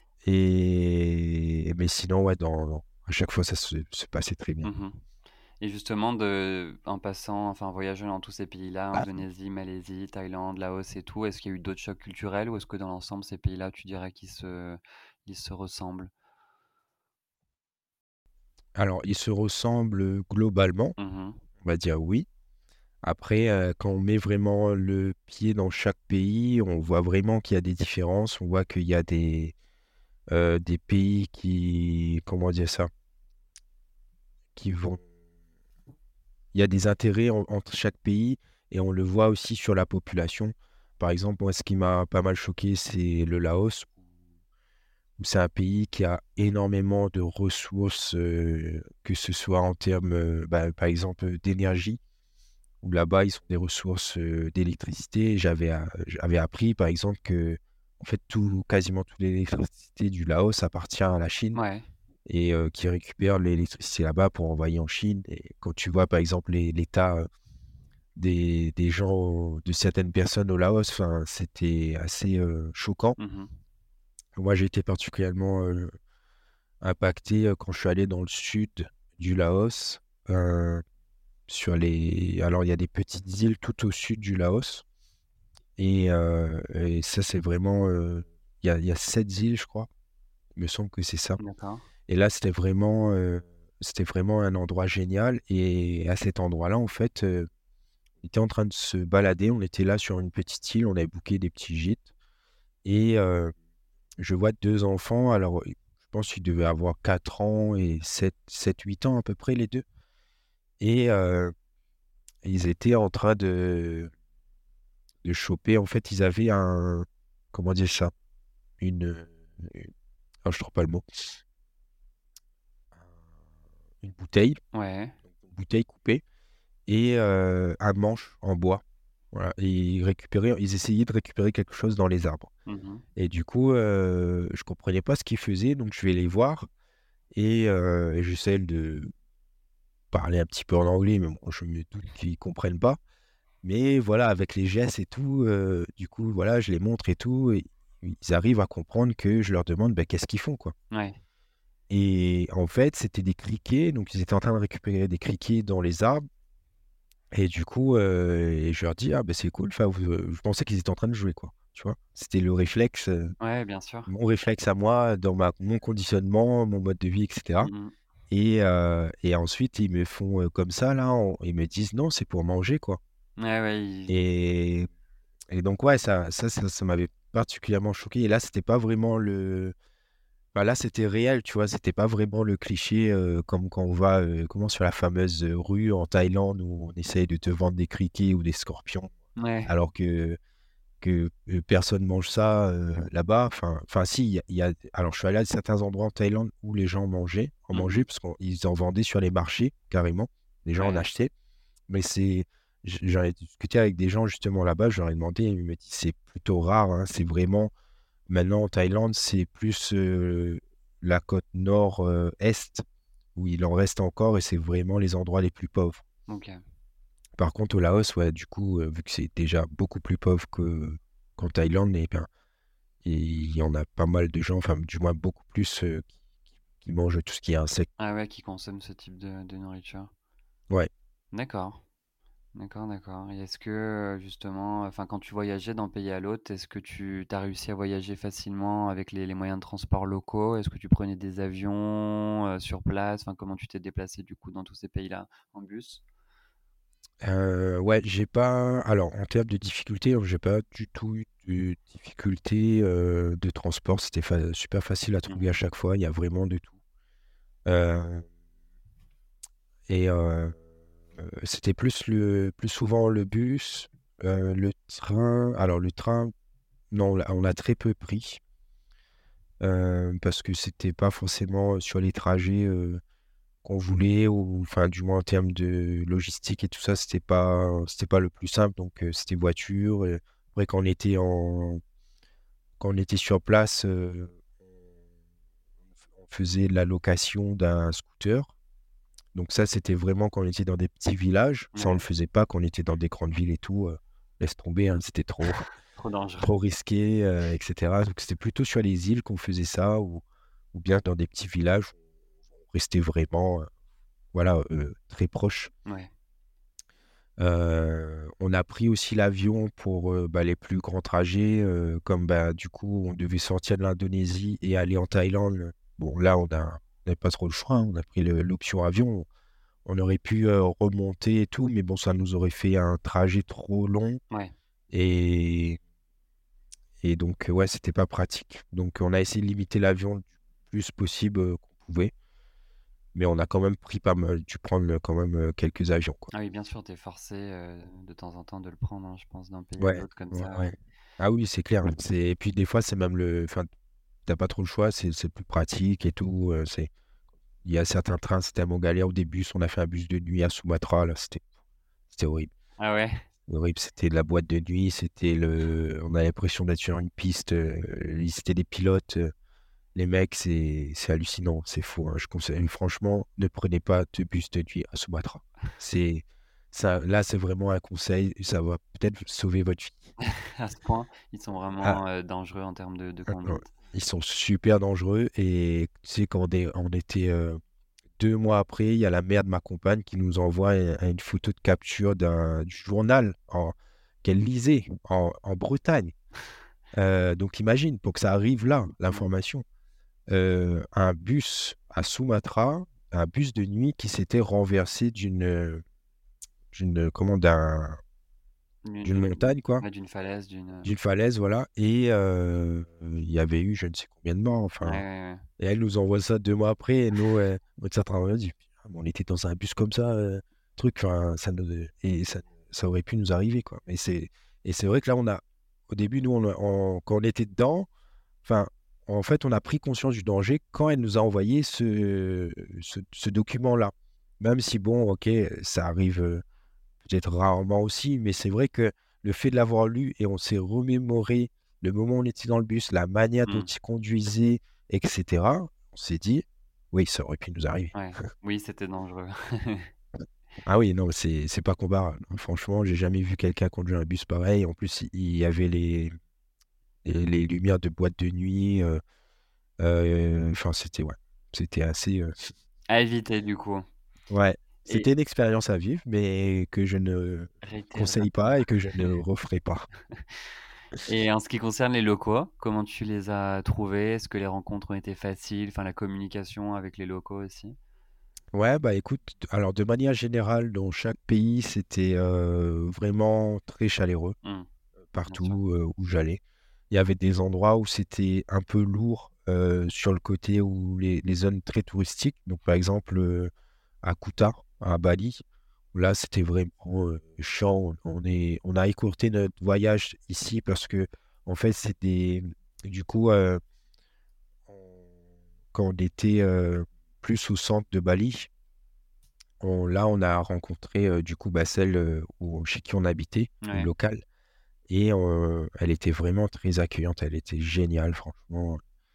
Et mais sinon, ouais, dans, dans- à chaque fois, ça se, se passait très bien. Mmh. Et justement de en passant, enfin, en voyageant dans tous ces pays-là, Indonésie, Malaisie, Thaïlande, Laos et tout, est-ce qu'il y a eu d'autres chocs culturels ou est-ce que dans l'ensemble, ces pays-là, tu dirais qu'ils se ils se ressemblent? Alors, ils se ressemblent globalement, Mmh. on va dire oui. Après, euh, quand on met vraiment le pied dans chaque pays, on voit vraiment qu'il y a des différences. On voit qu'il y a des, euh, des pays qui, comment dire ça, qui vont il y a des intérêts en- entre chaque pays et on le voit aussi sur la population. Par exemple, moi, ce qui m'a pas mal choqué, c'est le Laos, où c'est un pays qui a énormément de ressources, euh, que ce soit en termes, euh, bah, par exemple, d'énergie, où là-bas, ils ont des ressources euh, d'électricité. J'avais, euh, j'avais appris, par exemple, que en fait, tout, quasiment toute l'électricité du Laos appartient à la Chine Ouais. et euh, qui récupère l'électricité là-bas pour envoyer en Chine. Et quand tu vois, par exemple, les- l'état des, des gens, de certaines personnes au Laos, enfin, c'était assez euh, choquant. Mmh. Moi, j'ai été particulièrement euh, impacté euh, quand je suis allé dans le sud du Laos. euh, sur les... Alors, il y a des petites îles tout au sud du Laos. Et, euh, et ça, c'est vraiment... euh, Il y a, il y a sept îles, je crois. Il me semble que c'est ça. D'accord. Et là, c'était vraiment, euh, c'était vraiment un endroit génial. Et à cet endroit-là, en fait, euh, on était en train de se balader. On était là sur une petite île. On avait booké des petits gîtes. Et euh, je vois deux enfants. Alors, je pense qu'ils devaient avoir quatre ans et sept sept huit ans à peu près, les deux. Et euh, ils étaient en train de, de choper. En fait, ils avaient un... Comment dire ça? Une... une- ah, je trouve pas le mot. Une bouteille. Ouais. Une bouteille coupée. Et euh, un manche en bois. Voilà. Et ils récupéraient, ils essayaient de récupérer quelque chose dans les arbres. Mmh. Et du coup, euh, je comprenais pas ce qu'ils faisaient, donc je vais les voir et, euh, et j'essaie de parler un petit peu en anglais, mais bon, je me doute qu'ils comprennent pas. Mais voilà, avec les gestes et tout, euh, du coup, voilà, je les montre et tout, et ils arrivent à comprendre que je leur demande ben, qu'est-ce qu'ils font, quoi. Ouais. Et en fait, c'était des criquets, donc ils étaient en train de récupérer des criquets dans les arbres. Et du coup, euh, et je leur dis, ah ben c'est cool, enfin, vous- euh, je pensais qu'ils étaient en train de jouer, quoi. Tu vois, c'était le réflexe. euh, Ouais, bien sûr. mon réflexe à moi, dans ma, mon conditionnement, mon mode de vie, et cetera. Mmh. Et, euh, et ensuite, ils me font euh, comme ça, là, on- ils me disent non, c'est pour manger, quoi. Ouais, ouais, ils Et, et donc, ouais, ça, ça, ça, ça m'avait particulièrement choqué. Et là, c'était pas vraiment le. Bah, là, c'était réel, tu vois, c'était pas vraiment le cliché euh, comme quand on va euh, comment, sur la fameuse euh, rue en Thaïlande où on essaye de te vendre des criquets ou des scorpions, ouais. alors que que euh, personne mange ça euh, là-bas. Enfin, enfin, si, il y, a. il y a- Alors, je suis allé à certains endroits en Thaïlande où les gens mangeaient, en Mmh. mangeaient, parce qu'ils en vendaient sur les marchés, carrément. Les gens en Ouais. achetaient. Mais c'est. j- J'en ai discuté avec des gens justement là-bas, je leur ai demandé, ils me disent c'est plutôt rare, hein, c'est vraiment. Maintenant, en Thaïlande, c'est plus euh, la côte nord-est où il en reste encore et c'est vraiment les endroits les plus pauvres. Ok. Par contre, au Laos, ouais, du coup, euh, vu que c'est déjà beaucoup plus pauvre que, qu'en Thaïlande, et ben, il y en a pas mal de gens, enfin, du moins beaucoup plus, euh, qui, qui mangent tout ce qui est insectes. Ah ouais, qui consomment ce type de, de nourriture. Ouais. D'accord. D'accord, d'accord. Et est-ce que euh, justement, enfin, quand tu voyageais d'un pays à l'autre, est-ce que tu as réussi à voyager facilement avec les, les moyens de transport locaux? Est-ce que tu prenais des avions euh, sur place? Enfin, comment tu t'es déplacé du coup dans tous ces pays-là en bus? Euh, ouais, j'ai pas. Alors, en termes de difficulté, j'ai pas du tout eu de difficulté euh, de transport. C'était fa- super facile à trouver à Mhm. chaque fois. Il y a vraiment de tout. Euh, et euh, euh, c'était plus le plus souvent le bus, euh, le train. Alors, le train, non, on l'a on a très peu pris euh, parce que c'était pas forcément sur les trajets euh, qu'on voulait, ou enfin, du moins en termes de logistique et tout ça, c'était pas c'était pas le plus simple. Donc, euh, c'était voiture. Et après, quand on était en quand on était sur place, euh, on faisait la location d'un scooter. Donc ça, c'était vraiment quand on était dans des petits villages. Ça, on le Ouais, faisait pas quand on était dans des grandes villes et tout. euh, laisse tomber, hein, c'était trop, trop dangereux. trop risqué, euh, et cetera. Donc c'était plutôt sur les îles qu'on faisait ça, ou, ou bien dans des petits villages où on restait vraiment, euh, voilà, euh, très proche. Ouais, Euh, on a pris aussi l'avion pour euh, bah, les plus grands trajets, euh, comme bah, du coup on devait sortir de l'Indonésie et aller en Thaïlande. Bon, là on a, on n'avait pas trop le choix, hein, on a pris le- l'option avion. On aurait pu euh, remonter et tout, mais bon, ça nous aurait fait un trajet trop long ouais. et, et donc euh, ouais, c'était pas pratique. Donc on a essayé de limiter l'avion le plus possible euh, qu'on pouvait, mais on a quand même pris pas mal, dû prendre euh, quand même euh, quelques avions, quoi. Ah oui, bien sûr, t'es forcé euh, de temps en temps de le prendre, hein, je pense, d'un pays à Ouais, l'autre comme ouais, ça. ouais. Ah oui, c'est clair. C'est... Et puis des fois, c'est même le. Enfin, t'as pas trop le choix, c'est c'est plus pratique et tout. euh, c'est... Il y a certains trains, c'était tellement galère. Au début, on a fait un bus de nuit à Sumatra, là, c'était c'était horrible. Ah ouais? Horrible, c'était de la boîte de nuit, c'était le. On a l'impression d'être sur une piste. euh, C'était des pilotes. euh, Les mecs, c'est c'est hallucinant, c'est fou, hein. Je conseille, franchement, ne prenez pas de bus de nuit à Sumatra. C'est ça, là, c'est vraiment un conseil. Ça va peut-être sauver votre vie. À ce point, ils sont Ah, vraiment euh, dangereux en termes de, de Euh, euh, conduite. Ils sont super dangereux et tu sais, quand on, est- on était euh, deux mois après, il y a la mère de ma compagne qui nous envoie un- une photo de capture d'un du journal en- qu'elle lisait en, en Bretagne. Euh, donc imagine, pour que ça arrive là, Ouais. l'information, euh, un bus à Sumatra, un bus de nuit qui s'était renversé d'une d'une comment d'un- D'une d'une d'une- montagne, quoi. ouais, d'une falaise, d'une. D'une falaise, voilà. Et euh, il y avait eu je ne sais combien de morts. Ouais, Enfin, ouais, et elle nous envoie ça deux mois après. Et nous, euh, on était en train de dire, putain, mais on était dans un bus comme ça, euh, truc. Enfin, ça nous, et ça, ça aurait pu nous arriver, quoi. Mais c'est, et c'est vrai que là, on a, au début, nous, on, a- on- quand on était dedans, enfin, en fait, on a pris conscience du danger quand elle nous a envoyé ce, ce, ce document-là. Même si, bon, ok, ça arrive. euh, peut-être rarement aussi, mais c'est vrai que le fait de l'avoir lu et on s'est remémoré le moment où on était dans le bus, la manière ouais. dont Hmm, il conduisait, et cetera, on s'est dit, oui, ça aurait pu nous arriver. ouais. Oui, c'était dangereux. Ah oui, non, c'est c'est pas comparable. Franchement, j'ai jamais vu quelqu'un conduire un bus pareil. En plus, il y avait les, les, les lumières de boîte de nuit. euh, euh, Enfin, c'était ouais, c'était assez. euh, À éviter du coup. Ouais, Et c'était une expérience à vivre, mais que je ne conseille réitérera-t-on. pas et que je ne referai pas. Et en ce qui concerne les locaux, comment tu les as trouvés? Est-ce que les rencontres ont été faciles? Enfin, la communication avec les locaux aussi? Ouais, bah écoute, alors de manière générale, dans chaque pays, c'était euh, vraiment très chaleureux, Hmm, bien sûr. partout euh, où j'allais. Il y avait des endroits où c'était un peu lourd euh, sur le côté où les, les zones très touristiques. Donc par exemple euh, à Kuta, à Bali, où là c'était vraiment euh, chiant. On est, on a écourté notre voyage ici parce que en fait c'est des, du coup euh, on- quand on était euh, plus au centre de Bali. On- là, on a rencontré euh, du coup bah, celle euh, où- chez qui on habitait, une Ouais. locale, et euh, elle était vraiment très accueillante, elle était géniale, franchement.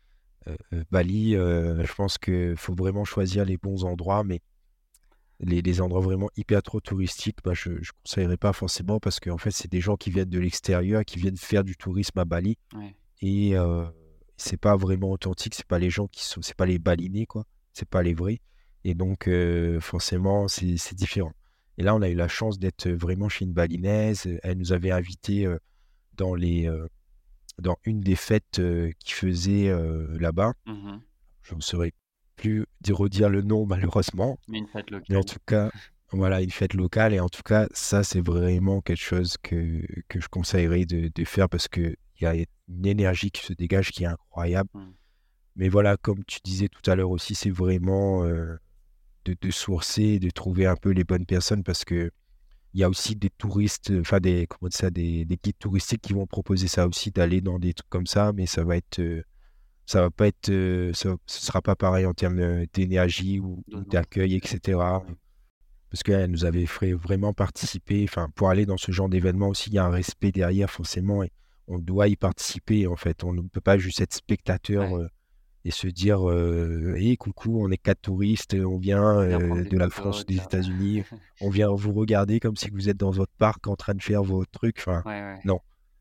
heu heu, Bali, heu, je pense qu'il faut vraiment choisir les bons endroits, mais les les endroits vraiment hyper trop touristiques, bah, je je conseillerais pas forcément parce qu'en fait, c'est des gens qui viennent de l'extérieur, qui viennent faire du tourisme à Bali Ouais. et heu, c'est pas vraiment authentique, c'est pas les gens qui sont c'est pas les Balinais, quoi, c'est pas les vrais et donc heu, forcément, c'est c'est différent et là, on a eu la chance d'être vraiment chez une Balinaise, elle nous avait invités, heu, dans les, heu, dans une des fêtes, heu, qu'ils faisaient, heu, là-bas. Mmh. Je ne saurais plus dire redire le nom malheureusement, Mais une fête mais en locale. tout cas, voilà, une fête locale et en tout cas, ça, c'est vraiment quelque chose que que je conseillerais de de faire parce qu'il y a une énergie qui se dégage qui est incroyable. Mmh. Mais voilà, comme tu disais tout à l'heure aussi, c'est vraiment, heu, de de sourcer, de trouver un peu les bonnes personnes parce qu'il y a aussi des touristes, enfin des comment on dit ça? Des des guides touristiques qui vont proposer ça aussi, d'aller dans des trucs comme ça, mais ça va être, heu, ça va pas être, heu, ça ce sera pas pareil en termes, heu, d'énergie ou ou Donnant, d'accueil et cetera. ouais. Parce qu'elle nous avait fait vraiment participer, enfin, pour aller dans ce genre d'événement aussi, il y a un respect derrière forcément et on doit y participer en fait. On ne peut pas juste être spectateur, Ouais. heu et se dire, heu: «Hé coucou, on est quatre touristes, on vient, Viens prendre heu, des de la photos, France, des tiens. États-Unis, on vient vous regarder comme si vous êtes dans votre parc en train de faire vos trucs», enfin, Ouais, ouais. non.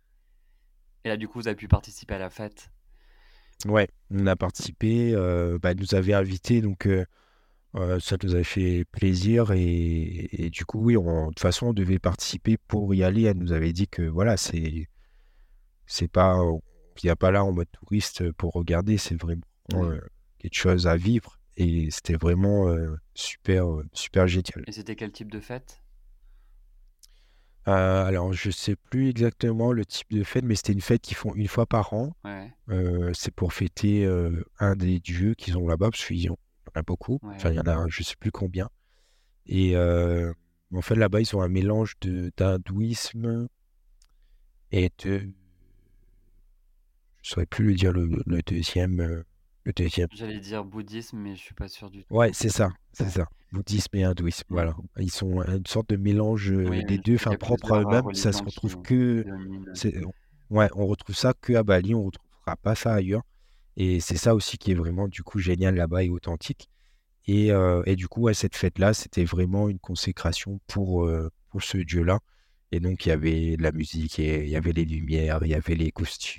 Et là, du coup, vous avez pu participer à la fête? Ouais, on a participé, heu, bah, elle nous avait invités donc heu Heu, ça nous avait fait plaisir et et du coup, oui, on de toute façon, on devait participer pour y aller. Elle nous avait dit que voilà, c'est c'est pas on vient pas là en mode touriste, pour regarder, c'est vraiment, Ouais. heu, quelque chose à vivre et c'était vraiment, heu, super, heu, super génial. Et c'était quel type de fête? Heu, alors je sais plus exactement le type de fête, mais c'était une fête qu'ils font une fois par an. Ouais, Heu, c'est pour fêter, heu, un des dieux qu'ils ont là-bas, parce qu'il y en a beaucoup. ouais, Enfin, il ouais. y en a je sais plus combien. Et heu, en fait, là-bas, ils ont un mélange de d'hindouisme et de je saurais plus le dire le le deuxième, heu, le deuxième. J'allais dire bouddhisme, mais je suis pas sûr du Ouais, tout. c'est ça, c'est Ouais. ça. Bouddhisme et hindouisme, Mmh. voilà. Ils sont une sorte de mélange, heu, Oui, des oui, deux, je sais qu'il y enfin a propre à plusieurs, heu, eux-mêmes. Ça se religions qui retrouve que dominent. c'est ouais, on retrouve ça qu'à Bali, on retrouvera pas ça ailleurs et c'est ça aussi qui est vraiment du coup génial là-bas et authentique et heu et du coup, ouais, cette fête-là, c'était vraiment une consécration pour, heu, pour ce dieu-là et donc il y avait de la musique et il y avait les lumières, il y avait les costumes,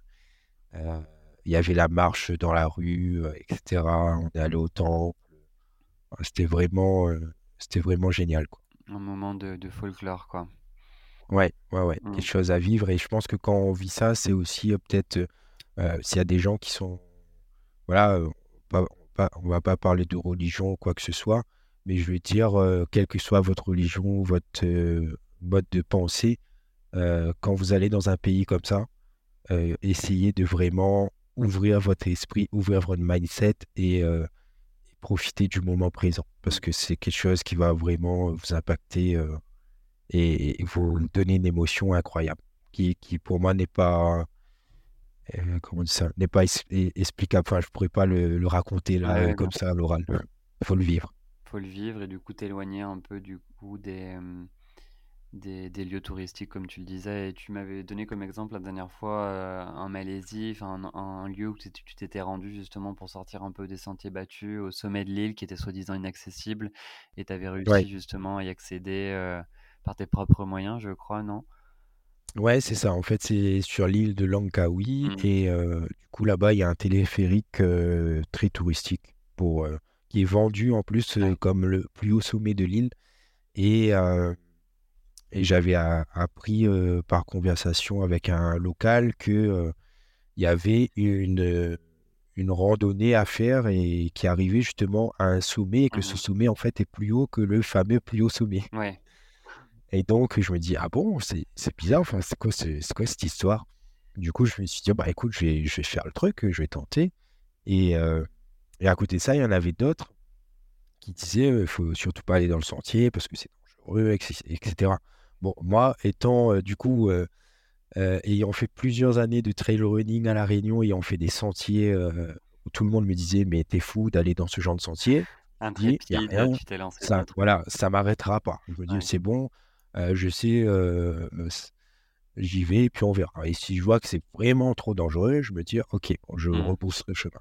heu, il y avait la marche dans la rue, heu et cetera. On est allé au temple. Ah, c'était vraiment, heu, c'était vraiment génial, quoi. Un moment de de folklore, quoi. Ouais, ouais, ouais, quelque Mmh. chose à vivre et je pense que quand on vit ça, c'est aussi, heu, peut-être, heu heu, s'il y a des gens qui sont voilà, heu, pas pas on va pas parler de religion ou quoi que ce soit, mais je veux dire, heu, quelle que soit votre religion ou votre, heu, mode de pensée, heu, quand vous allez dans un pays comme ça, heu, essayez de vraiment ouvrir votre esprit, ouvrir votre mindset et heu, profiter du moment présent. Parce Mmh. que c'est quelque chose qui va vraiment vous impacter, heu et et vous donner une émotion incroyable qui qui pour moi n'est pas, heu, comment on dit ça? N'est pas ex e explicable. Enfin, je pourrais pas le le raconter Ouais, là, heu, ouais, bien comme ça à sûr. l'oral. Il faut le vivre. Faut le vivre et du coup t'éloigner un peu du coup des, hem, des des lieux touristiques comme tu le disais et tu m'avais donné comme exemple la dernière fois, heu, en Malaisie, enfin un un lieu où tu tu tu t'étais rendu justement pour sortir un peu des sentiers battus au sommet de l'île qui était soi-disant inaccessible et tu avais Ouais, réussi justement à y accéder, heu, par tes propres moyens, je crois, non? ouais, c'est ça. En fait, c'est sur l'île de Langkawi Mmh. et heu, du coup, là-bas, il y a un téléphérique, heu, très touristique pour, heu, qui est vendu en plus, heu, Ouais. comme le plus haut sommet de l'île et heu et j'avais a appris, heu, par conversation avec un local que, heu, il y avait une, heu, une randonnée à faire et qui arrivait justement à un sommet et que ce Mmh. sommet, en fait, est plus haut que le fameux plus haut sommet Ouais. et donc je me dis: «Ah bon? C'est c'est bizarre, enfin, c'est quoi ce c'est quoi cette histoire?» Du coup, je me suis dit: «Bah, écoute, je vais je vais faire le truc, je vais tenter» et heu et à côté de ça, il y en avait d'autres qui disaient, heu: «Faut surtout pas aller dans le sentier parce que c'est dangereux et cé et cetera». Bon, moi étant, heu, du coup, heu heu, ayant fait plusieurs années de trail running à La Réunion, ayant fait des sentiers, heu, où tout le monde me disait: «Mais tu es fou d'aller dans ce genre de sentier». Je me dis: «Il y a Intrépide, rien, tu t'es lancé dans ça le truc. voilà, ça m'arrêtera pas». Je me dis: Ouais. «C'est bon, heu, je sais, heu, s j'y vais et puis on verra et si je vois que c'est vraiment trop dangereux, je me dis: "OK, je Mmh. rebrousse le chemin"».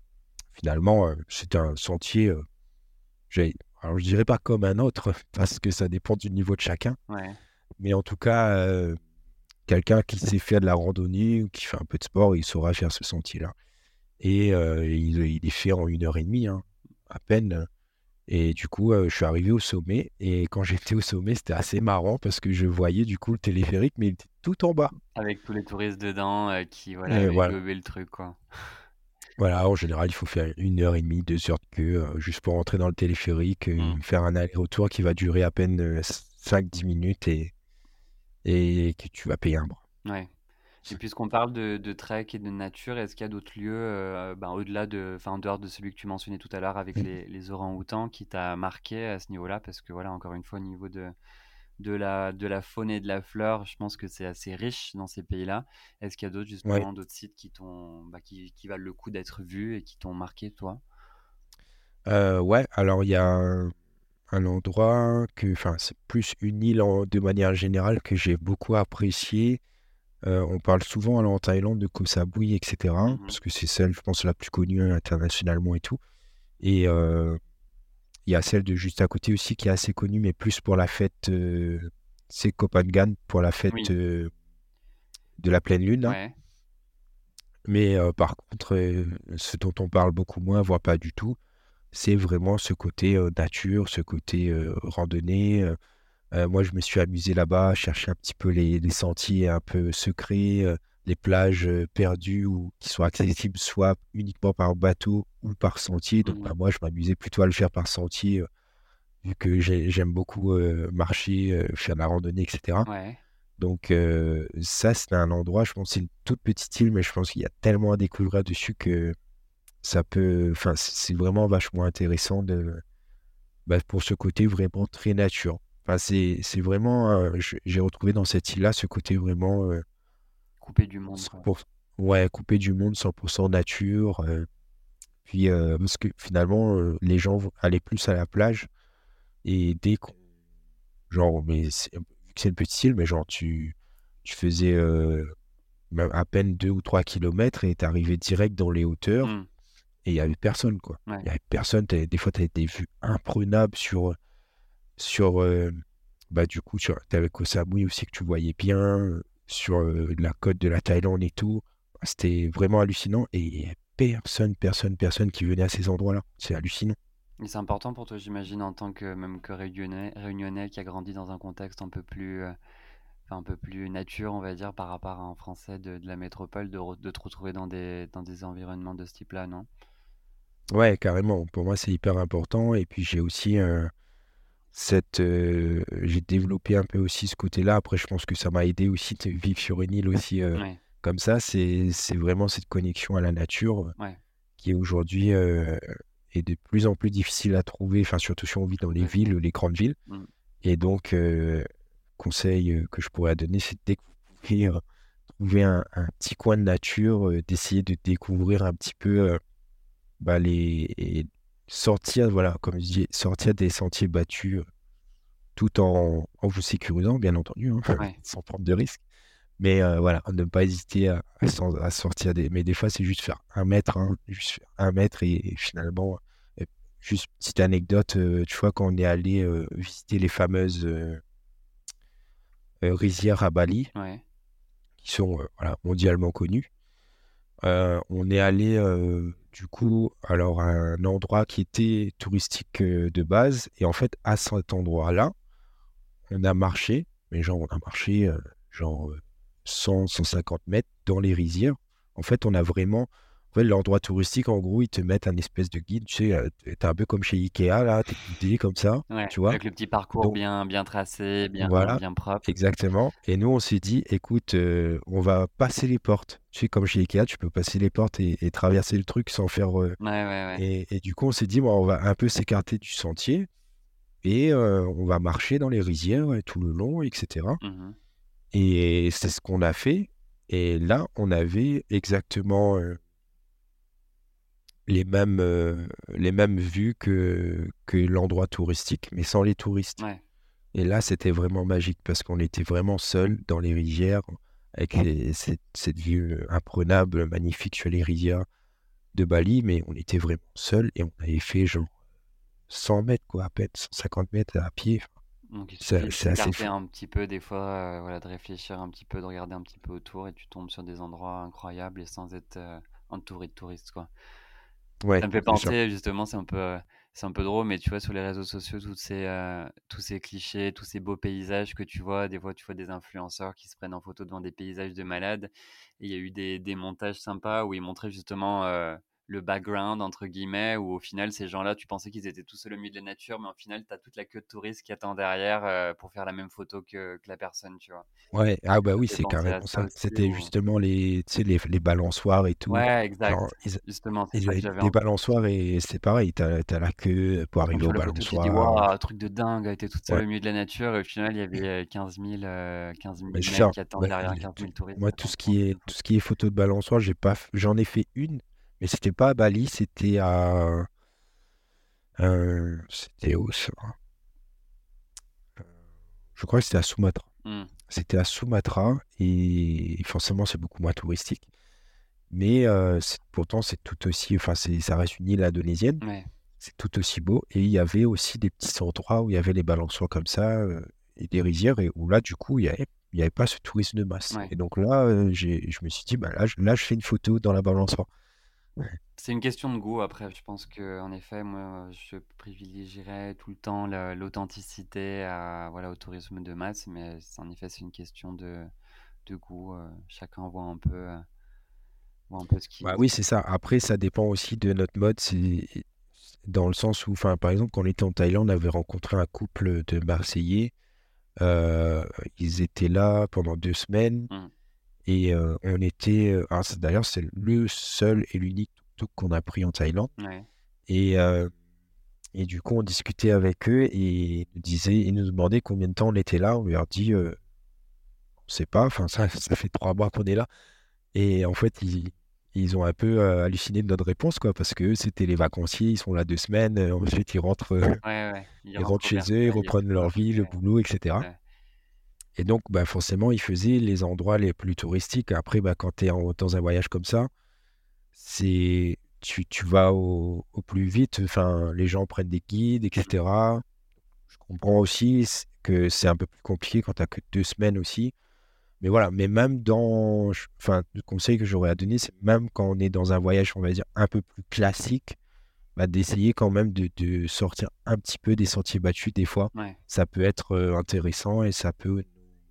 finalement, euh, c'était un sentier, euh, j'ai- alors je dirais pas comme un autre, parce que ça dépend du niveau de chacun, Ouais. mais en tout cas, euh, quelqu'un qui sait faire de la randonnée ou qui fait un peu de sport, il saura faire ce sentier-là. Et euh, il, il est fait en une heure et demie, hein, à peine. Et du coup, euh, je suis arrivé au sommet. Et quand j'étais au sommet, c'était assez marrant parce que je voyais du coup le téléphérique, mais il était tout en bas. Avec tous les touristes dedans, heu, qui voilà, Et avaient voilà. gobé le truc, quoi. Voilà, en général, il faut faire une heure et demie, deux heures de queue, euh, juste pour entrer dans le téléphérique, euh, Mmh. faire un aller-retour qui va durer à peine euh, cinq dix minutes et, et que tu vas payer un bras. Ouais. Et puisqu'on parle de de trek et de nature, est-ce qu'il y a d'autres lieux, heu, ben, au-delà de enfin, en dehors de celui que tu mentionnais tout à l'heure avec les les orang-outans qui t'a marqué à ce niveau-là? Parce que voilà, encore une fois, au niveau de de la de la faune et de la flore, je pense que c'est assez riche dans ces pays-là. Est-ce qu'il y a d'autres Ouais. justement, d'autres sites qui t'ont bah, qui qui valent le coup d'être vus et qui t'ont marqué, toi? Euh, ouais, alors il y a un, un endroit que, enfin, c'est plus une île en- de manière générale que j'ai beaucoup apprécié. Euh, on parle souvent alors, en Thaïlande de Koh Samui, et cetera. Mmh. Parce que c'est celle, je pense, la plus connue internationalement et tout. Et euh, il y a celle de juste à côté aussi qui est assez connue, mais plus pour la fête, euh, c'est Koh Phangan, pour la fête Oui. euh, de la pleine lune, hein. Ouais. Mais euh, par contre, euh, ce dont on parle beaucoup moins, voire pas du tout, c'est vraiment ce côté euh, nature, ce côté euh, randonnée. euh, Euh, moi, je me suis amusé là-bas, chercher un petit peu les, les sentiers un peu secrets, euh, les plages euh, perdues ou qui sont accessibles soit uniquement par bateau ou par sentier. Donc, bah, Mmh. moi, je m'amusais plutôt à le faire par sentier, euh, vu que j'ai- j'aime beaucoup euh, marcher, euh, faire de la randonnée, et cetera. Ouais. Donc, euh, ça, c'est un endroit, je pense, que c'est une toute petite île, mais je pense qu'il y a tellement à découvrir dessus que ça peut, enfin, c'est c'est vraiment vachement intéressant de, bah, pour ce côté vraiment très nature. Enfin, c'est c'est vraiment, euh, je- j'ai retrouvé dans cette île-là ce côté vraiment euh, Coupé du monde, cent quoi. pour cent ouais, coupé du monde, cent pour cent nature. euh, puis, euh, parce que finalement, euh, les gens vont aller plus à la plage et dès qu'on, genre, mais c'est- vu que c'est une petite île, mais genre, tu, tu faisais euh, même à peine deux ou trois kilomètres et t'arrivais direct dans les hauteurs Mmh. et il y avait personne, quoi. Ouais. Il y avait personne. T'avais- des fois, tu avais des vues imprenables sur, sur euh, bah, du coup, tu avais Koh Samui aussi que tu voyais bien, euh, sur euh, la côte de la Thaïlande et tout. C'était vraiment hallucinant et il y a personne, personne, personne qui venait à ces endroits-là. C'est hallucinant. Et c'est important pour toi, j'imagine, en tant que même que réunionnais, réunionnais qui a grandi dans un contexte un peu plus, euh, enfin, un peu plus nature, on va dire, par rapport à un Français de, de la métropole, de, re- de te retrouver dans des, dans des environnements de ce type-là, non? Ouais, carrément. Pour moi, c'est hyper important. Et puis, j'ai aussi euh, cette. euh, j'ai développé un peu aussi ce côté-là. Après, je pense que ça m'a aidé aussi de vivre sur une île aussi euh, Ouais, comme ça. C'est, c'est vraiment cette connexion à la nature euh, ouais, qui est aujourd'hui euh, est de plus en plus difficile à trouver. Enfin, surtout si on vit dans les villes, complètement. les grandes villes. Mm. Et donc, euh, conseil euh, que je pourrais donner, c'est dès que vous pouvez euh, trouver un, un petit coin de nature, euh, d'essayer de découvrir un petit peu euh, bah, les et sortir, voilà, comme je dis, sortir des sentiers battus, euh, tout en, en vous sécurisant, bien entendu, hein, Ouais. sans prendre de risques. Mais euh, voilà, ne pas hésiter à, à s'en- à sortir des. Mais des fois, c'est juste faire un mètre, hein, juste faire un mètre et, et finalement, euh, juste petite anecdote, euh, tu vois, quand on est allé euh, visiter les fameuses euh, euh, rizières à Bali, Ouais. qui sont euh, voilà, mondialement connus. Euh, on est allé euh, du coup alors à un endroit qui était touristique euh, de base et en fait à cet endroit-là, on a marché, mais genre on a marché euh, genre euh, cent, cent cinquante mètres dans les rizières. En fait, on a vraiment en fait, l'endroit touristique, en gros, ils te mettent un espèce de guide, tu sais, euh, t'es un peu comme chez Ikea, là, t'es guidé comme ça, Ouais. tu vois. Avec le petit parcours Donc, bien, bien tracé, bien, voilà, bien propre. exactement. Et nous, on s'est dit, écoute, euh, on va passer les portes. Tu sais, comme chez Ikea, tu peux passer les portes et, et traverser le truc sans faire. euh, Ouais, ouais, ouais. et, et du coup, on s'est dit, bon, on va un peu s'écarter du sentier et euh, on va marcher dans les rizières et tout le long, et cetera. Mhm. Et c'est ce qu'on a fait. Et là, on avait exactement euh, les mêmes, euh, les mêmes vues que, que l'endroit touristique, mais sans les touristes. Ouais. Et là, c'était vraiment magique parce qu'on était vraiment seuls dans les rizières avec les- cette, cette vue imprenable, magnifique sur les rizières. de Bali, mais on était vraiment seuls et on avait fait genre cent mètres, quoi, à peine, cent cinquante mètres à pied. Donc il C'est suffit de c'est assez s'écarter fou. un petit peu des fois, heu, voilà, de réfléchir un petit peu, de regarder un petit peu autour et tu tombes sur des endroits incroyables et sans être, heu, entouré de touristes, quoi. Ouais, Ça me fait c'est ça. penser justement, c'est un peu, heu, c'est un peu drôle, mais tu vois sur les réseaux sociaux, tous ces, heu, tous ces clichés, tous ces beaux paysages que tu vois, des fois tu vois des influenceurs qui se prennent en photo devant des paysages de malades et il y a eu des des montages sympas où ils montraient justement, heu, le «background» entre guillemets, où au final ces gens-là, tu pensais qu'ils étaient tout seuls au milieu de la nature, mais au final tu as toute la queue de touristes qui attend derrière, heu, pour faire la même photo que que la personne, tu vois? Ouais, ah bah Ça oui, fait c'est penser à carrément ça ça. aussi C'était où justement les, tu sais, les, les balançoires et tout. ouais, exact, Genre, ils, justement, c'est ils ça que avaient j'avais des en tête. balançoires et c'est pareil, t'as, t'as la queue pour Quand arriver tu au vois la photo, tu te dis: balançoire. «Waouh, truc de dingue, elle était toute seule Ouais, au milieu de la nature» et au final, il y avait, heu, quinze mille, heu, quinze mais mille c'est mecs ça. qui attendent Bah, derrière, les- quinze tout- mille touristes moi, qui tout attendent ce pour qui est, une tout photo. ce qui est photo de balançoire, j'ai pas, f- j'en ai fait une, mais c'était pas à Bali, c'était à, euh, c'était où ça? Je crois que c'était à Sumatra. Mmh, C'était à Sumatra et forcément, c'est beaucoup moins touristique. Mais euh, c'est- pourtant, c'est tout aussi, enfin, c'est, ça reste une île indonésienne. ouais, C'est tout aussi beau. Et il y avait aussi des petits endroits où il y avait les balançoires comme ça euh, et des rizières et où là, du coup, il n'y avait, il y avait pas ce tourisme de masse. ouais. Et donc là, euh, j'ai, je me suis dit, bah là, je, là, je fais une photo dans la balançoire. C'est une question de goût après, je pense qu'en effet, moi, je privilégierais tout le temps la l'authenticité à voilà, au tourisme de masse, mais c'est en effet, c'est une question de de goût, heu, chacun voit un peu, heu, voit un peu ce qui Bah ce oui, qui c'est ça. Après, ça dépend aussi de notre mode. C'est dans le sens où, enfin, par exemple, quand on était en Thaïlande, on avait rencontré un couple de Marseillais. Euh, ils étaient là pendant deux semaines mmh, et euh, on était. euh, alors, c'est- d'ailleurs, c'est le seul et l'unique tuk-tuk qu'on a pris en Thaïlande. ouais, Et, euh, et du coup, on discutait avec eux et ils nous disaient, ils nous demandaient combien de temps on était là. On leur dit, euh, on sait pas. Enfin, ça, ça fait trois mois qu'on est là. Et en fait, ils, ils ont un peu euh, halluciné de notre réponse, quoi, parce que eux, c'était les vacanciers. Ils sont là deux semaines. euh, ensuite, ils rentrent, euh, ouais, ouais, ils ils rentrent rentrent au chez eux, ils Versailles et reprennent c'est leur pas vie, le ouais, boulot, et cetera. ouais, Et donc, bah, forcément, ils faisaient les endroits les plus touristiques. Après, bah, quand tu es dans un voyage comme ça, c'est tu, tu vas au, au plus vite. Enfin, les gens prennent des guides, mmh, et cetera. Je comprends aussi c- que c'est un peu plus compliqué quand tu que deux semaines aussi. Mais voilà, mais même dans... je- Enfin, le conseil que j'aurais à donner, c'est même quand on est dans un voyage, on va dire, un peu plus classique, bah, d'essayer quand même de, de sortir un petit peu des sentiers battus des fois. ouais. Ça peut être euh, intéressant et ça peut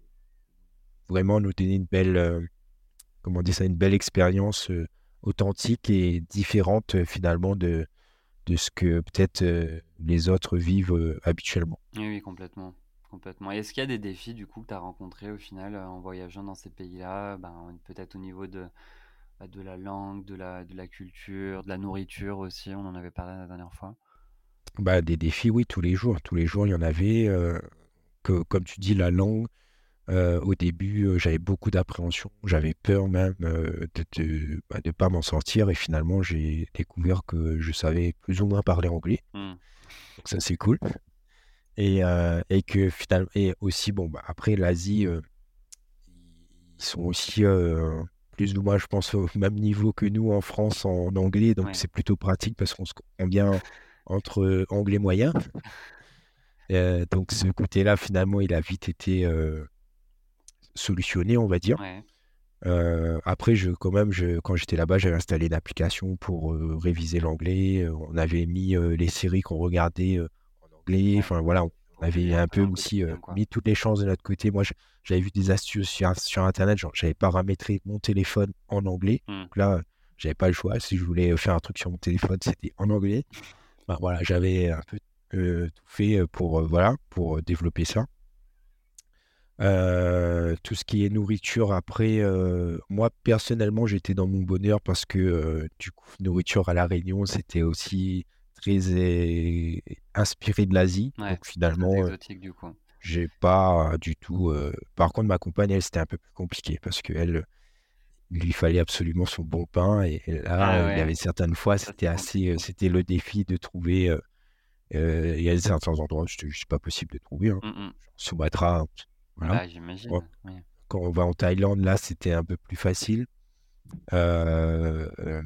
vraiment nous donner une belle, euh, comment dire ça, une belle expérience euh, authentique et différente euh, finalement de, de ce que peut-être euh, les autres vivent euh, habituellement. Oui, oui, complètement, complètement. Et est-ce qu'il y a des défis du coup que tu as rencontrés au final euh, en voyageant dans ces pays-là, ben, peut-être au niveau de, bah, de la langue, de la, de la culture, de la nourriture aussi, on en avait parlé la dernière fois. Bah, des défis, oui, tous les jours. Tous les jours, il y en avait. euh, que, comme tu dis, la langue. Euh, au début, euh, j'avais beaucoup d'appréhension, j'avais peur même euh, de ne bah, de pas m'en sortir et finalement j'ai découvert que je savais plus ou moins parler anglais, Hmm, donc ça c'est cool. Et, euh, et que finalement, et aussi, bon, bah, après l'Asie, euh, ils sont aussi euh, plus ou moins, je pense, au même niveau que nous en France en anglais, donc ouais, c'est plutôt pratique parce qu'on se comprend bien entre euh, anglais moyen. Euh, donc ce côté-là, finalement, il a vite été euh, solutionné, on va dire. ouais, Euh, après, je, quand même, je, quand j'étais là-bas, j'avais installé une application pour euh, réviser l'anglais. Euh, On avait mis euh, les séries qu'on regardait euh, en anglais. ouais, Enfin, voilà, on pour avait t'aider un un peu peu dans le aussi euh, quotidien, quoi. mis toutes les chances de notre côté. Moi, je- j'avais vu des astuces sur, sur Internet. Genre, j'avais paramétré mon téléphone en anglais. Hmm, Donc là, j'avais pas le choix. Si je voulais faire un truc sur mon téléphone, c'était en anglais. Ben, voilà, j'avais un peu euh, tout fait euh, pour, euh, voilà, pour euh, développer ça. Euh, tout ce qui est nourriture, après, euh, moi personnellement, j'étais dans mon bonheur parce que euh, du coup, nourriture à La Réunion, c'était aussi très euh, inspiré de l'Asie. ouais, Donc très finalement, euh, exotique du coup. j'ai pas du tout. euh, Par contre, ma compagne, elle, c'était un peu plus compliqué parce que elle, il lui fallait absolument son bon pain. Et, et là, Ah euh, il y ouais, avait certaines fois, ça c'était c'est assez, euh, compliqué. c'était le défi de trouver. euh, euh, il y a certains endroits, c'était juste pas possible de trouver. Hein. Hmm, hmm. Sumatra, voilà. Bah j'imagine, oui. Quand on va en Thaïlande, là, c'était un peu plus facile. Euh, euh,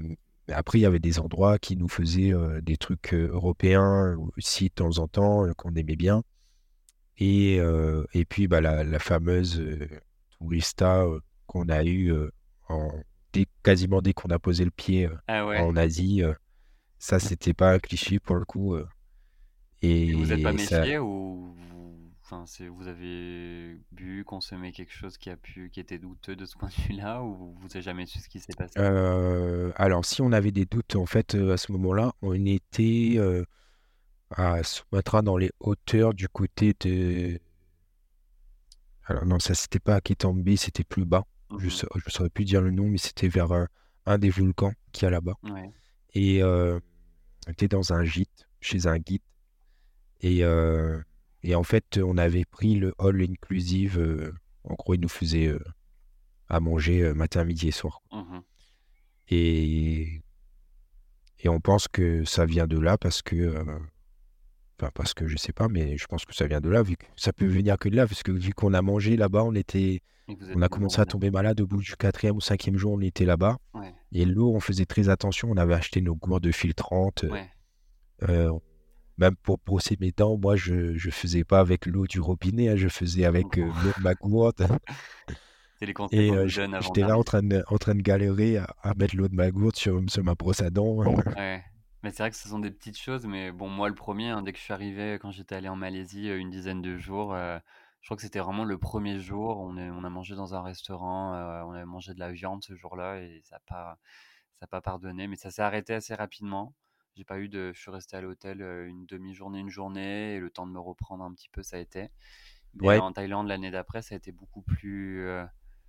Mais après, il y avait des endroits qui nous faisaient euh, des trucs euh, européens aussi de temps en temps, euh, qu'on aimait bien. Et, euh, et puis, bah, la, la fameuse euh, tourista euh, qu'on a eue euh, en, dès- quasiment dès qu'on a posé le pied euh, Ah ouais. en Asie. Euh, ça, c'était pas un cliché pour le coup. euh, Et vous êtes pas et ça, méfié ou vous, enfin, c'est, vous avez bu, consommé quelque chose qui a pu, qui était douteux de ce point de vue-là, ou vous, vous avez jamais su ce qui s'est passé? euh, alors, si on avait des doutes, en fait, euh, à ce moment-là, on était euh, à Sumatra dans les hauteurs du côté de. Alors, non, ça, c'était pas à Ketambé, c'était plus bas. Je Mhm. sa- je saurais plus dire le nom, mais c'était vers un, un des volcans qu'il y a là-bas. Ouais. Et euh, on était dans un gîte, chez un guide. Et, euh, et en fait, on avait pris le all inclusive. Euh, en gros, il nous faisait euh, à manger euh, matin, midi et soir. Mhm. Et, et on pense que ça vient de là parce que, euh, enfin, parce que je sais pas, mais je pense que ça vient de là, vu que ça peut venir que de là, parce que vu qu'on a mangé là-bas, on était, Et vous on êtes a tombé commencé à malade. tomber malade au bout du quatrième ou cinquième jour, on était là-bas. Ouais. Et l'eau, on faisait très attention, on avait acheté nos gourdes filtrantes. euh, Ouais. euh, Même pour brosser mes dents, moi, je je faisais pas avec l'eau du robinet, hein, je faisais Je avec euh, comprends. l'eau de ma gourde. C'est les conseils Et qu'on euh, nous j'- donne avant j'étais là en d'arriver. train de, en train de galérer à, à mettre l'eau de ma gourde sur, sur ma brosse à dents. Ouais. Mais c'est vrai que ce sont des petites choses, mais bon, moi le premier, hein, dès que je suis arrivé, quand j'étais allé en Malaisie, euh, une dizaine de jours, euh, je crois que c'était vraiment le premier jour, on est, on a mangé dans un restaurant, euh, on avait mangé de la viande ce jour-là et ça n'a pas, ça a pas pardonné, mais ça s'est arrêté assez rapidement. J'ai pas eu de, je suis resté à l'hôtel euh, une demi-journée, une journée, et le temps de me reprendre un petit peu, ça a été. Mais Ouais, en Thaïlande, l'année d'après, ça a été beaucoup plus, euh,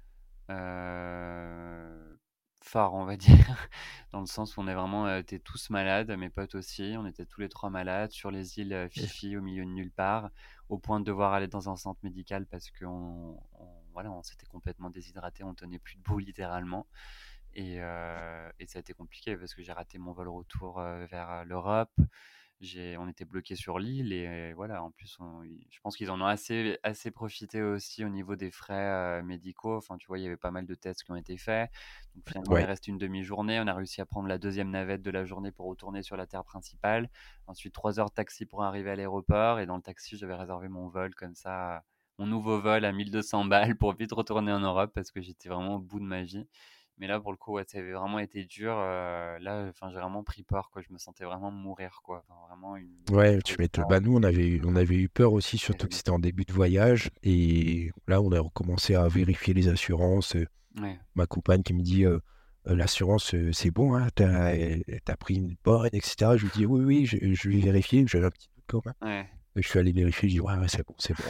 euh, fort, on va dire, dans le sens où on est vraiment euh, été tous malades, mes potes aussi, on était tous les trois malades sur les îles euh, Fifi au milieu de nulle part, au point de devoir aller dans un centre médical parce qu'on on, voilà, on s'était complètement déshydraté, on tenait plus debout littéralement. Et, euh, et ça a été compliqué parce que j'ai raté mon vol retour euh, vers euh, l'Europe. J'ai, on était bloqué sur l'île et voilà, en plus, on- je pense qu'ils en ont assez, assez profité aussi au niveau des frais euh, médicaux. Enfin, tu vois, il y avait pas mal de tests qui ont été faits. Donc finalement, on est ouais, resté une demi-journée. On a réussi à prendre la deuxième navette de la journée pour retourner sur la terre principale. Ensuite, trois heures de taxi pour arriver à l'aéroport. Et dans le taxi, j'avais réservé mon vol comme ça, mon nouveau vol à mille deux cents balles pour vite retourner en Europe parce que j'étais vraiment au bout de ma vie. Mais là, pour le coup, ouais, ça avait vraiment été dur. euh, là, enfin, j'ai vraiment pris peur, quoi. Je me sentais vraiment mourir, quoi. Enfin, vraiment une. ouais, J'ai tu trouvé ça m'étonnes. Bah, nous, on avait eu, on avait eu peur aussi, surtout que terrible. c'était en début de voyage. Et là, on a recommencé à vérifier les assurances. Euh, Ouais, Ma compagne qui me dit euh, Euh, l'assurance, euh, c'est bon, hein, t'as, euh, t'as pris une bonne, et cetera. Je lui dis oui, oui, je, je vais vérifier. J'avais un petit doute quand même. ouais, Et je suis allé vérifier. Je dis ouais, ouais, c'est bon, c'est bon.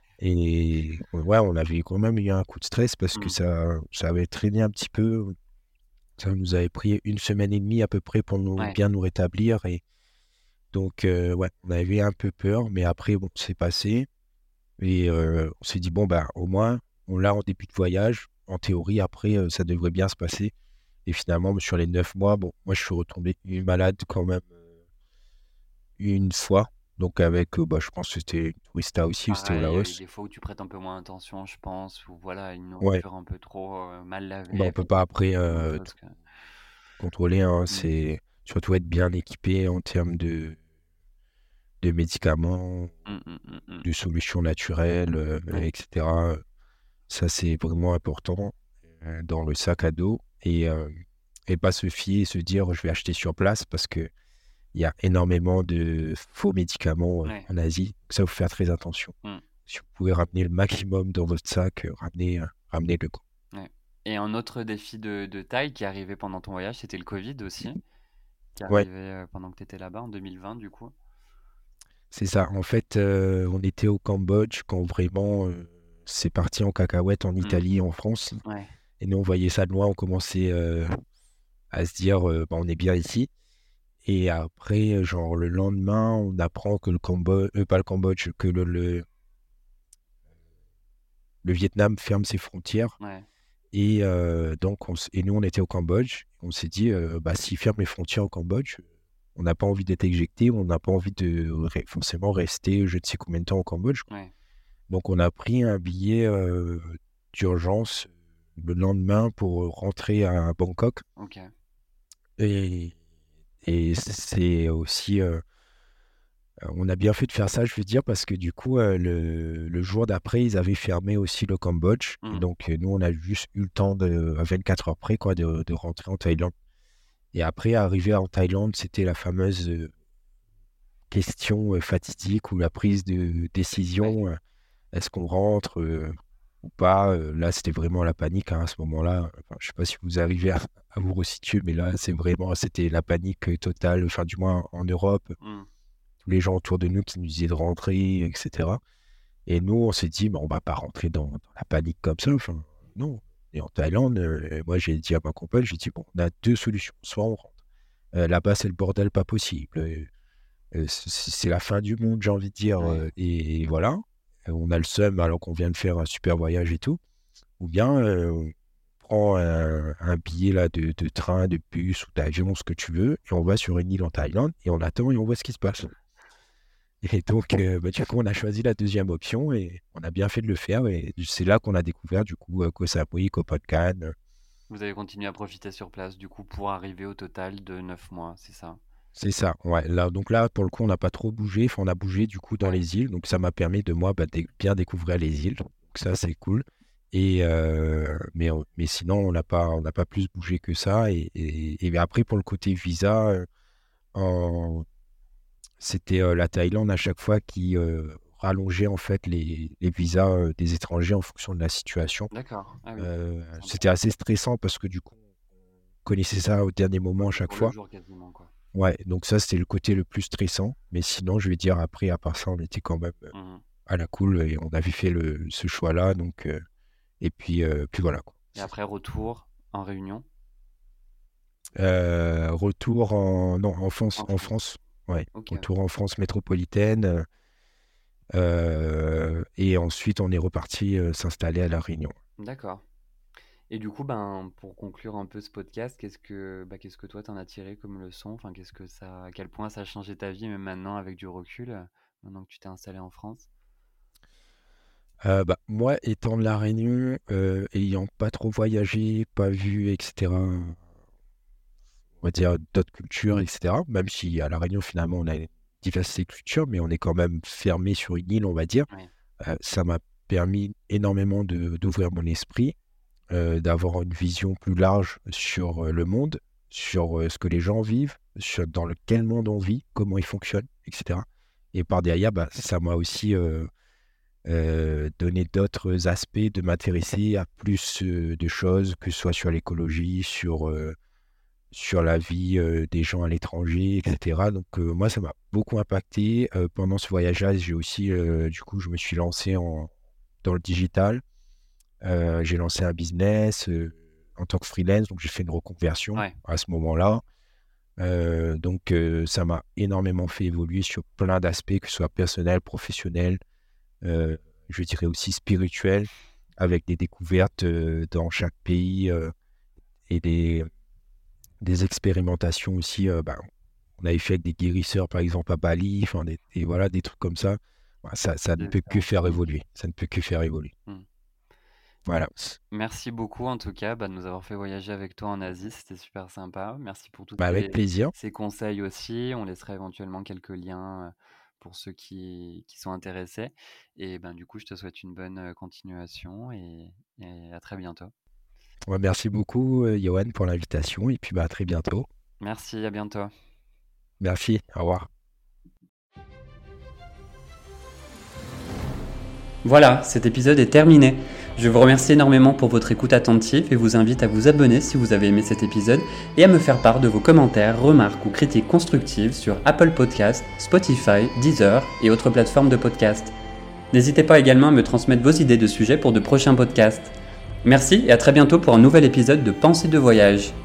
Et ouais, on avait quand même eu un coup de stress parce que mm, ça, ça avait traîné un petit peu. Ça nous avait pris une semaine et demie à peu près pour nous, ouais, bien nous rétablir. Et donc, euh, ouais, on avait un peu peur, mais après, bon, c'est passé. Et euh, on s'est dit, bon, bah, au moins, on l'a en début de voyage. En théorie, après, euh, ça devrait bien se passer. Et finalement, sur les neuf mois, bon, moi, je suis retombé malade quand même euh, une fois. Donc, avec, euh, bah, je pense que c'était une tourista aussi, ou c'était au pareil, euh, Laos. des fois où tu prêtes un peu moins attention, je pense, ou voilà, une Ouais, nourriture un peu trop euh, mal bah, lavée, on peut enfin, pas après plein de euh, choses que. contrôler, hein, Mm, c'est surtout être bien équipé en termes de, de médicaments, mm, mm, mm, mm. de solutions naturelles, euh, Ouais, et cetera. Ça, c'est vraiment important euh, dans le sac à dos et, euh, et pas se fier et se dire je vais acheter sur place parce que il y a énormément de faux médicaments euh, ouais, en Asie. Donc ça, il faut faire très attention. mm, Si vous pouvez ramener le maximum dans votre sac, euh, ramenez, euh, ramenez-le. Quoi. ouais. Et un autre défi de, de taille qui est arrivé pendant ton voyage, c'était le Covid aussi, qui est Ouais, arrivé euh, pendant que tu étais là-bas en deux mille vingt, du coup. c'est ça. En fait, euh, on était au Cambodge quand vraiment euh, c'est parti en cacahuète en Mm, Italie et en France. ouais, Et nous, on voyait ça de loin, on commençait euh, à se dire, euh, bah, on est bien ici. Et après, genre le lendemain, on apprend que le Cambodge, euh, pas le Cambodge, que le, le, le Vietnam ferme ses frontières. ouais, Et euh, donc, on s- et nous, on était au Cambodge. On s'est dit, euh, bah, s'ils ferment les frontières au Cambodge, on n'a pas envie d'être éjecté, on n'a pas envie de re- forcément rester je ne sais combien de temps au Cambodge. ouais, Donc, on a pris un billet euh, d'urgence le lendemain pour rentrer à Bangkok. ok. Et, et c'est aussi, euh, on a bien fait de faire ça, je veux dire, parce que du coup, euh, le, le jour d'après, ils avaient fermé aussi le Cambodge. Et Mmh. donc, euh, nous, on a juste eu le temps de, à vingt-quatre heures près, quoi, de, de rentrer en Thaïlande. Et après, arriver en Thaïlande, c'était la fameuse euh, question euh, fatidique ou la prise de Ouais. décision. euh, Est-ce qu'on rentre euh, ou pas? Euh, Là, c'était vraiment la panique hein, à ce moment-là. Enfin, je sais pas si vous arrivez à, à vous resituer, mais là, c'est vraiment, c'était la panique euh, totale. Enfin, du moins en Europe, Mmh. tous les gens autour de nous qui nous disaient de rentrer, et cetera. Et nous, on s'est dit, bah, on va pas rentrer dans, dans la panique comme ça. Enfin, non. Et en Thaïlande, euh, moi, j'ai dit à ma compagne, j'ai dit, bon, on a deux solutions. Soit on rentre. Euh, là-bas, c'est le bordel pas possible. Euh, euh, c'est c'est la fin du monde, j'ai envie de dire. Ouais. euh, et voilà. Euh, On a le seum alors qu'on vient de faire un super voyage et tout. Ou bien euh, on prend un, un billet là, de, de train, de bus ou d'avion, ce que tu veux, et on va sur une île en Thaïlande et on attend et on voit ce qui se passe. Et donc, euh, bah, du coup, on a choisi la deuxième option et on a bien fait de le faire. Et c'est là qu'on a découvert, du coup, euh, Koh Samui, Koh Phangan. euh, Vous avez continué à profiter sur place, du coup, pour arriver au total de neuf mois, c'est ça? C'est ça, ouais. Là, donc là, pour le coup, on n'a pas trop bougé. Enfin, on a bougé, du coup, dans Ouais. les îles. Donc, ça m'a permis de, moi, bah, de bien découvrir les îles. Donc, ça, c'est cool. Et, euh, mais, on- mais sinon, on n'a pas, on n'a pas plus bougé que ça. Et, et, et après, pour le côté visa, euh, en- c'était euh, la Thaïlande à chaque fois qui euh, rallongeait, en fait, les, les visas euh, des étrangers en fonction de la situation. D'accord. Ah oui, Euh, sympa. c'était assez stressant parce que, du coup, on connaissait ça au dernier moment Au à chaque jour le fois. jour quasiment, quoi. Ouais, donc ça, c'était le côté le plus stressant. Mais sinon, je vais dire, après, à part ça, on était quand même euh, Mmh. à la cool et on avait fait le, ce choix-là. Donc, euh, et puis, euh, puis voilà, quoi. Et après, retour en Réunion, Euh, retour en, non, en France, en en France. France. Ouais, Ok, ok. retour en France métropolitaine. euh, euh, et ensuite, on est reparti euh, s'installer à La Réunion. D'accord. Et du coup, ben, pour conclure un peu ce podcast, qu'est-ce que, bah, qu'est-ce que toi t'en as tiré comme leçon? Enfin, qu'est-ce que ça, à quel point ça a changé ta vie, même maintenant avec du recul, euh, maintenant que tu t'es installé en France? Euh, bah, moi, étant de La Réunion, euh, ayant pas trop voyagé, pas vu, et cetera, on va dire, d'autres cultures, et cetera. Même si à La Réunion, finalement, on a une diversité de cultures, mais on est quand même fermé sur une île, on va dire. Oui. Euh, ça m'a permis énormément de, d'ouvrir mon esprit, euh, d'avoir une vision plus large sur euh, le monde, sur euh, ce que les gens vivent, sur dans le, quel monde on vit, comment il fonctionne, et cetera. Et par derrière, bah, ça m'a aussi euh, euh, donné d'autres aspects de m'intéresser à plus euh, de choses, que ce soit sur l'écologie, sur euh, sur la vie euh, des gens à l'étranger, et cetera. Donc euh, moi, ça m'a beaucoup impacté. Euh, pendant ce voyage-là, j'ai aussi, euh, du coup, je me suis lancé en, dans le digital. Euh, j'ai lancé un business euh, en tant que freelance, donc j'ai fait une reconversion Ouais. à ce moment-là. Euh, donc euh, ça m'a énormément fait évoluer sur plein d'aspects, que ce soit personnel, professionnel, euh, je dirais aussi spirituel, avec des découvertes euh, dans chaque pays euh, et des des expérimentations aussi. Euh, bah, on avait fait avec des guérisseurs, par exemple, à Bali, enfin, des, des- voilà, des trucs comme ça. Voilà, ça, ça ne C'est peut que ça, faire unique. évoluer. Ça ne peut que faire évoluer. Mm. Voilà. Merci beaucoup en tout cas bah, de nous avoir fait voyager avec toi en Asie, c'était super sympa. Merci pour tous Bah, avec ces, plaisir. ces conseils aussi. On laissera éventuellement quelques liens euh, pour ceux qui, qui sont intéressés. Et ben, du coup, je te souhaite une bonne euh, continuation et, et à très bientôt. Ouais, merci beaucoup, euh, Johan, pour l'invitation. Et puis, bah, à très bientôt. Merci, à bientôt. Merci. Au revoir. Voilà, cet épisode est terminé. Je vous remercie énormément pour votre écoute attentive et vous invite à vous abonner si vous avez aimé cet épisode et à me faire part de vos commentaires, remarques ou critiques constructives sur Apple Podcasts, Spotify, Deezer et autres plateformes de podcast. N'hésitez pas également à me transmettre vos idées de sujets pour de prochains podcasts. Merci et à très bientôt pour un nouvel épisode de Pensée de voyage.